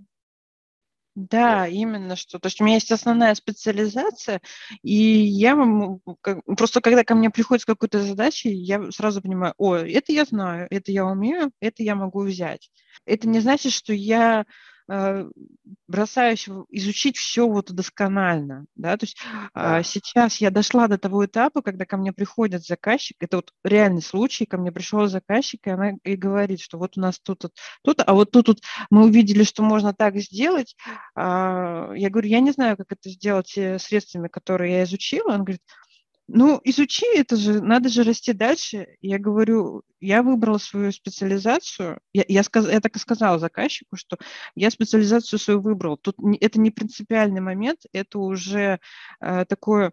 Да, Вот. именно что. То есть у меня есть основная специализация, и я просто когда ко мне приходит с какой-то задачей, я сразу понимаю, о, это я знаю, это я умею, это я могу взять. Это не значит, что я э, бросаюсь изучить все вот досконально, да, то есть Да. сейчас я дошла до того этапа, когда ко мне приходит заказчик, это вот реальный случай, ко мне пришел заказчик, и она и говорит, что вот у нас тут, а вот тут мы увидели, что можно так сделать. Я говорю, я не знаю, как это сделать средствами, которые я изучила. Он говорит, ну, изучи, это же, надо же расти дальше. Я говорю, я выбрала свою специализацию. Я так и сказала заказчику, что я специализацию свою выбрала. Тут это не принципиальный момент, это уже такое,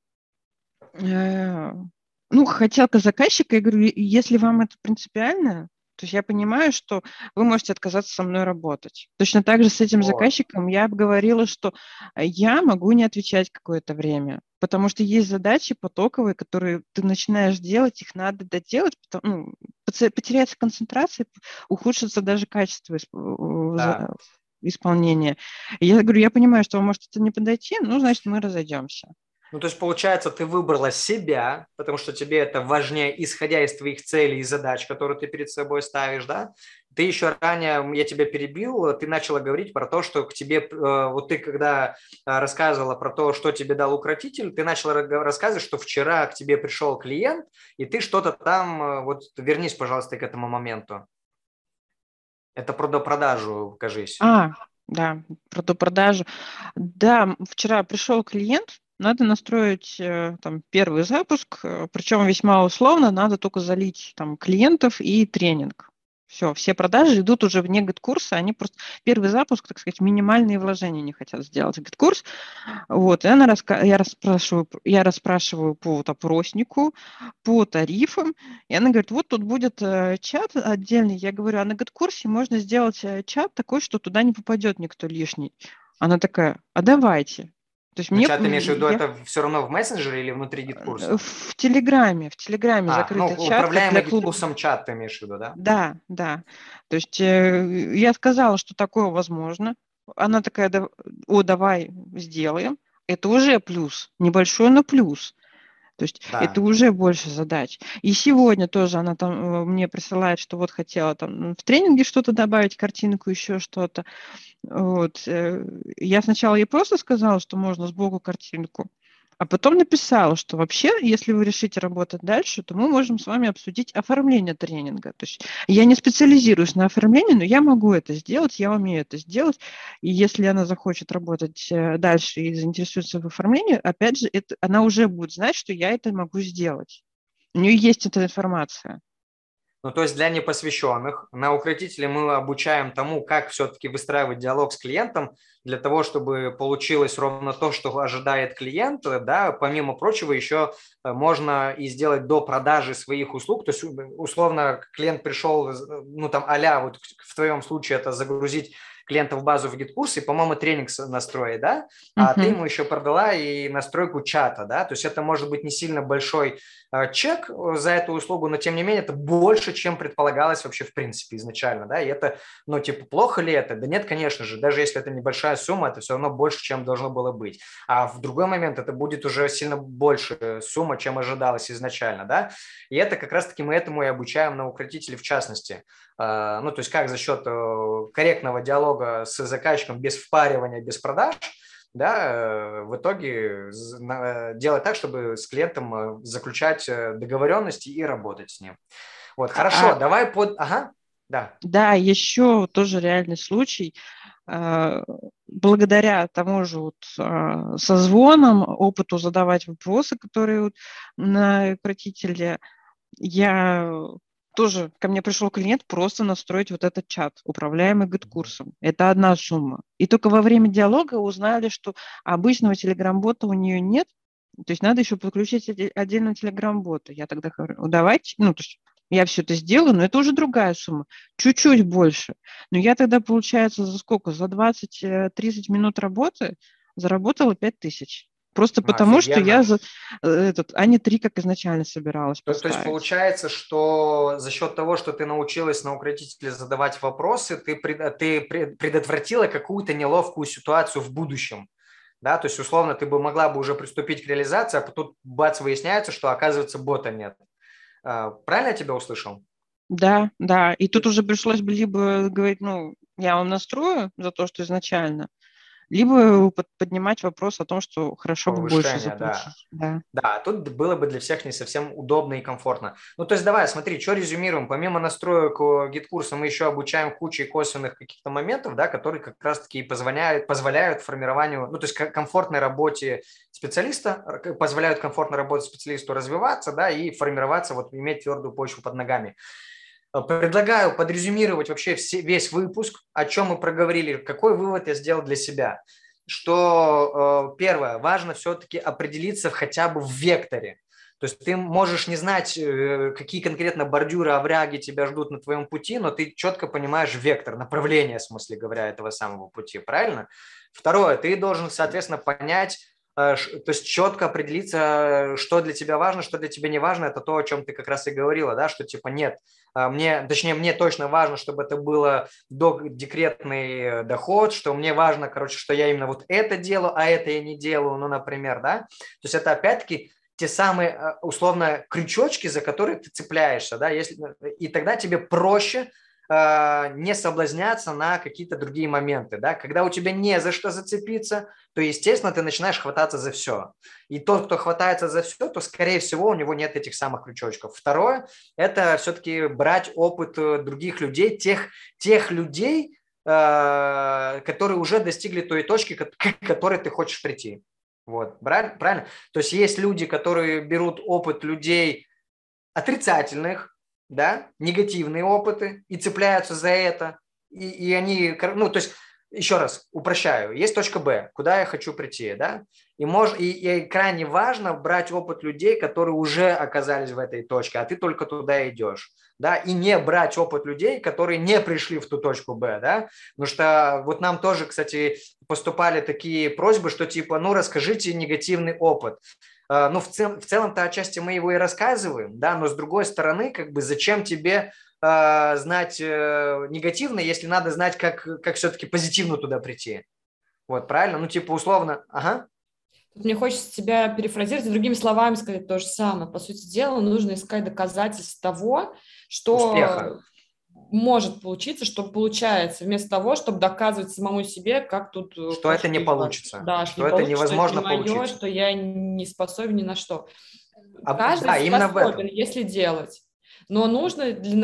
э, ну, хотелка заказчика. Я говорю, если вам это принципиально, то есть я понимаю, что вы можете отказаться со мной работать. Точно так же с этим Вот. заказчиком я обговорила, что я могу не отвечать какое-то время, потому что есть задачи потоковые, которые ты начинаешь делать, их надо доделать, ну, потеряется концентрация, ухудшится даже качество Да. исполнения. И я говорю, я понимаю, что вам может это не подойти, ну, значит, мы разойдемся. Ну, то есть, получается, ты выбрала себя, потому что тебе это важнее, исходя из твоих целей и задач, которые ты перед собой ставишь, да? Ты еще ранее, я тебя перебил, ты начала говорить про то, что к тебе, вот ты когда рассказывала про то, что тебе дал укротитель, ты начала рассказывать, что вчера к тебе пришел клиент, и ты что-то там, вот вернись, пожалуйста, к этому моменту. Это про допродажу, кажись. Да, про допродажу. Да, вчера пришел клиент, надо настроить там первый запуск, причем весьма условно, надо только залить там клиентов и тренинг. Все продажи идут уже вне гид-курса, они просто первый запуск, так сказать, минимальные вложения не хотят сделать в гид-курс. Вот, и я расспрашиваю по вот опроснику, по тарифам, и она говорит, вот тут будет чат отдельный. Я говорю, а на гид-курсе можно сделать чат такой, что туда не попадет никто лишний. Она такая, а давайте. То есть Но чат ты имеешь в виду, это все равно в мессенджере или внутри гид-курса? в Телеграме Ну, закрытый чат, как для управляемый клуба. гид-курсом чат ты имеешь в виду, да? Да, да. То есть я сказала, что такое возможно. Она такая, о, давай сделаем. Это уже плюс, небольшой, но плюс. То есть это Да. уже больше задач. И сегодня тоже она там мне присылает, что вот хотела там в тренинге что-то добавить, картинку, еще что-то. Вот. Я сначала ей просто сказала, что можно сбоку картинку, а потом написала, что вообще, если вы решите работать дальше, то мы можем с вами обсудить оформление тренинга. То есть я не специализируюсь на оформлении, но я могу это сделать, я умею это сделать. И если она захочет работать дальше и заинтересуется в оформлении, опять же, она уже будет знать, что я это могу сделать. У нее есть эта информация. Ну, то есть для непосвященных на укротителе мы обучаем тому, как все-таки выстраивать диалог с клиентом для того, чтобы получилось ровно то, что ожидает клиент. Да, помимо прочего, еще можно и сделать до продажи своих услуг. То есть, условно, клиент пришел, ну, там, а-ля, вот в твоем случае это загрузить клиента в базу в гид-курс и, по-моему, тренинг настроить, да, а ты ему еще продала и настройку чата, да, то есть это может быть не сильно большой чек за эту услугу, но, тем не менее, это больше, чем предполагалось вообще в принципе изначально, да, и это, ну, типа, плохо ли это? Да нет, конечно же, даже если это небольшая сумма, это все равно больше, чем должно было быть, а в другой момент это будет уже сильно больше сумма, чем ожидалось изначально, да, и это как раз-таки мы этому и обучаем на укротителе в частности. Ну, то есть как за счет корректного диалога с заказчиком без впаривания, без продаж, да, в итоге делать так, чтобы с клиентом заключать договоренности и работать с ним. Вот, хорошо, давай Ага, да. Да, еще тоже реальный случай. Благодаря тому же вот созвонам, опыту задавать вопросы, которые вот на укротителе, ко мне пришел клиент просто настроить вот этот чат, управляемый гид-курсом. Это одна сумма. И только во время диалога узнали, что обычного телеграм-бота у нее нет, то есть надо еще подключить отдельно телеграм-бота. Я тогда говорю, давайте, то есть я все это сделаю, но это уже другая сумма, чуть-чуть больше. Но я тогда, получается, за сколько? За 20-30 минут работы заработала 5000. Просто потому, что я а не 3, как изначально собиралась поставить. То есть получается, что за счет того, что ты научилась на укротителе задавать вопросы, ты предотвратила какую-то неловкую ситуацию в будущем. Да, то есть, условно, ты могла бы уже приступить к реализации, а тут бац, выясняется, что, оказывается, бота нет. Правильно я тебя услышал? Да. И тут уже пришлось бы либо говорить, я вам настрою за то, что изначально, либо поднимать вопрос о том, что хорошо бы больше заплатить. Да, тут было бы для всех не совсем удобно и комфортно. Ну, то есть давай, смотри, что резюмируем. Помимо настроек гид-курса мы еще обучаем кучей косвенных каких-то моментов, да, которые как раз-таки позволяют формированию, то есть комфортной работе специалиста, позволяют комфортно работать специалисту развиваться, да, и формироваться, вот иметь твердую почву под ногами. Предлагаю подрезюмировать вообще весь выпуск, о чем мы проговорили, какой вывод я сделал для себя. Что первое, важно все-таки определиться хотя бы в векторе. То есть ты можешь не знать, какие конкретно бордюры, овраги тебя ждут на твоем пути, но ты четко понимаешь вектор, направление, в смысле говоря, этого самого пути, правильно? Второе, ты должен, соответственно, понять, то есть четко определиться, что для тебя важно, что для тебя не важно. Это то, о чем ты как раз и говорила, да, что типа нет, мне точно важно, чтобы это было декретный доход, что мне важно, что я именно вот это делаю, а это я не делаю, например, да. То есть это опять-таки те самые условно крючочки, за которые ты цепляешься, да, и тогда тебе проще не соблазняться на какие-то другие моменты, да, когда у тебя не за что зацепиться, то, естественно, ты начинаешь хвататься за все. И тот, кто хватается за все, то, скорее всего, у него нет этих самых крючочков. Второе – это все-таки брать опыт других людей, тех людей, которые уже достигли той точки, к которой ты хочешь прийти. Вот, правильно? То есть есть люди, которые берут опыт людей отрицательных, да, негативные опыты и цепляются за это, и они, то есть, еще раз, упрощаю, есть точка Б, куда я хочу прийти, да, и крайне важно брать опыт людей, которые уже оказались в этой точке, а ты только туда идешь, да, и не брать опыт людей, которые не пришли в ту точку Б, да, потому что вот нам тоже, кстати, поступали такие просьбы, что типа, расскажите негативный опыт. В целом-то отчасти мы его и рассказываем, да, но с другой стороны, зачем тебе знать негативно, если надо знать, как все-таки позитивно туда прийти. Вот, правильно? Условно, ага. Мне хочется тебя перефразировать, другими словами сказать то же самое. По сути дела, нужно искать доказательства того, что успеха может получиться, что получается, вместо того, чтобы доказывать самому себе, как тут... Что это не получится. Да, что это невозможно что это не мое, получить. что я не способен ни на что. Каждый способен, если делать. Но нужно в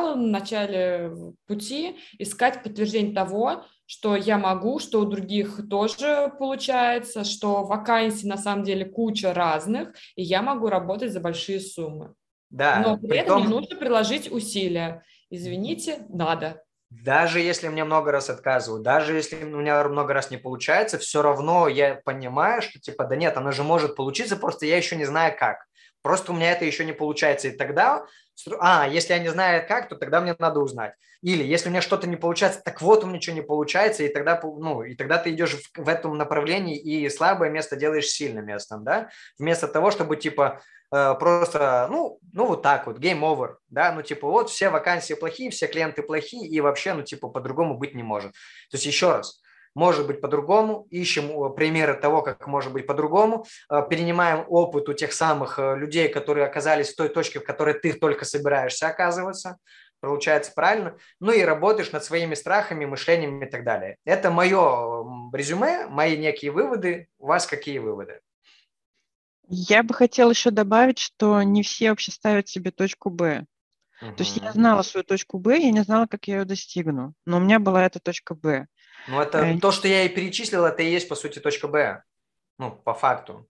начале пути искать подтверждение того, что я могу, что у других тоже получается, что вакансий на самом деле куча разных, и я могу работать за большие суммы. Да, но при этом мне нужно приложить усилия. Извините, надо. Даже если мне много раз отказывают, даже если у меня много раз не получается, все равно я понимаю, что да нет, оно же может получиться, просто я еще не знаю как. Просто у меня это еще не получается. И тогда, если я не знаю как, то тогда мне надо узнать. Или если у меня что-то не получается, так вот у меня что не получается, и тогда, и тогда ты идешь в этом направлении и слабое место делаешь сильным местом, да? Вместо того, чтобы типа просто, вот так вот, game over, да, вот все вакансии плохие, все клиенты плохие, и вообще, по-другому быть не может. То есть еще раз, может быть по-другому, ищем примеры того, как может быть по-другому, перенимаем опыт у тех самых людей, которые оказались в той точке, в которой ты только собираешься оказываться, получается правильно, и работаешь над своими страхами, мышлениями и так далее. Это мое резюме, мои некие выводы. У вас какие выводы? Я бы хотела еще добавить, что не все вообще ставят себе точку Б. То есть я знала свою точку Б, я не знала, как я ее достигну, но у меня была эта точка Б. Это то, что я и перечислил, это и есть, по сути, точка Б. По факту.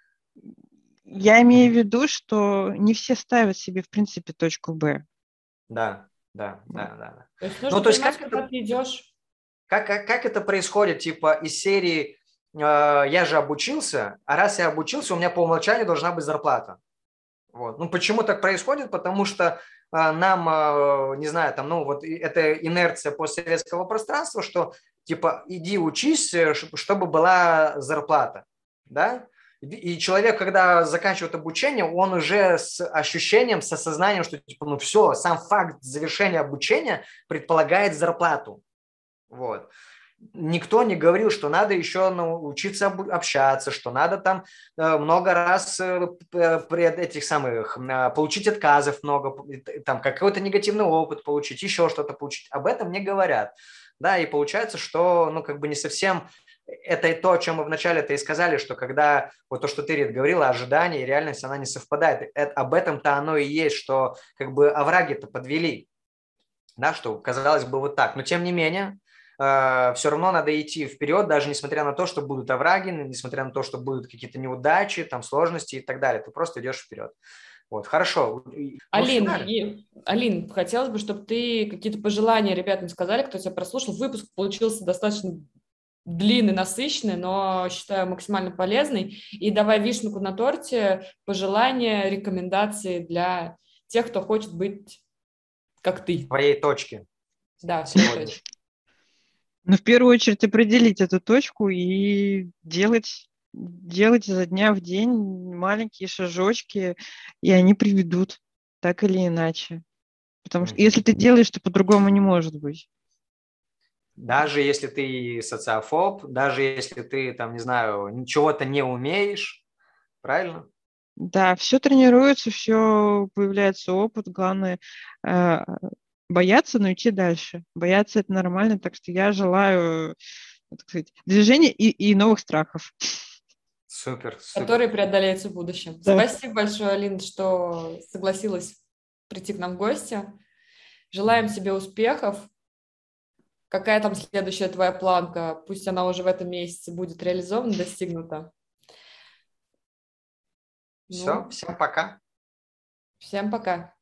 Я имею в виду, что не все ставят себе, в принципе, точку Б. Да. То есть нужно понимать, куда ты идешь. Как это происходит, типа, из серии «я же обучился, а раз я обучился, у меня по умолчанию должна быть зарплата». Вот. Почему так происходит? Потому что нам, не знаю, это инерция постсоветского пространства, что типа иди учись, чтобы была зарплата, да? И человек, когда заканчивает обучение, он уже с ощущением, с осознанием, что типа, все, сам факт завершения обучения предполагает зарплату. Вот. Никто не говорил, что надо еще научиться общаться, что надо там много раз получить отказов много, там какой-то негативный опыт получить, еще что-то получить. Об этом не говорят. Да, и получается, что, не совсем это и то, о чем мы вначале-то и сказали, что когда вот то, что ты, Рит, говорила, ожидание и реальность, она не совпадает. Об этом-то оно и есть, что овраги-то подвели, да, что казалось бы вот так. Но тем не менее, все равно надо идти вперед, даже несмотря на то, что будут овраги, несмотря на то, что будут какие-то неудачи, там, сложности и так далее. Ты просто идешь вперед. Вот, хорошо. Алин, хотелось бы, чтобы ты какие-то пожелания ребятам сказали, кто тебя прослушал. Выпуск получился достаточно длинный, насыщенный, но считаю максимально полезный. И давай вишенку на торте, пожелания, рекомендации для тех, кто хочет быть как ты. В твоей точке. Да, в своей точке. В первую очередь определить эту точку и делать изо дня в день маленькие шажочки, и они приведут так или иначе. Потому что если ты делаешь, то по-другому не может быть. Даже если ты социофоб, даже если ты, там, не знаю, ничего-то не умеешь, правильно? Да, все тренируется, все появляется опыт. Главное бояться, но идти дальше. Бояться – это нормально, так что я желаю, так сказать, движения и новых страхов. Супер. Которые преодолеются в будущем. Да. Спасибо большое, Алин, что согласилась прийти к нам в гости. Желаем тебе успехов. Какая там следующая твоя планка? Пусть она уже в этом месяце будет реализована, достигнута. Все, всем пока. Всем пока.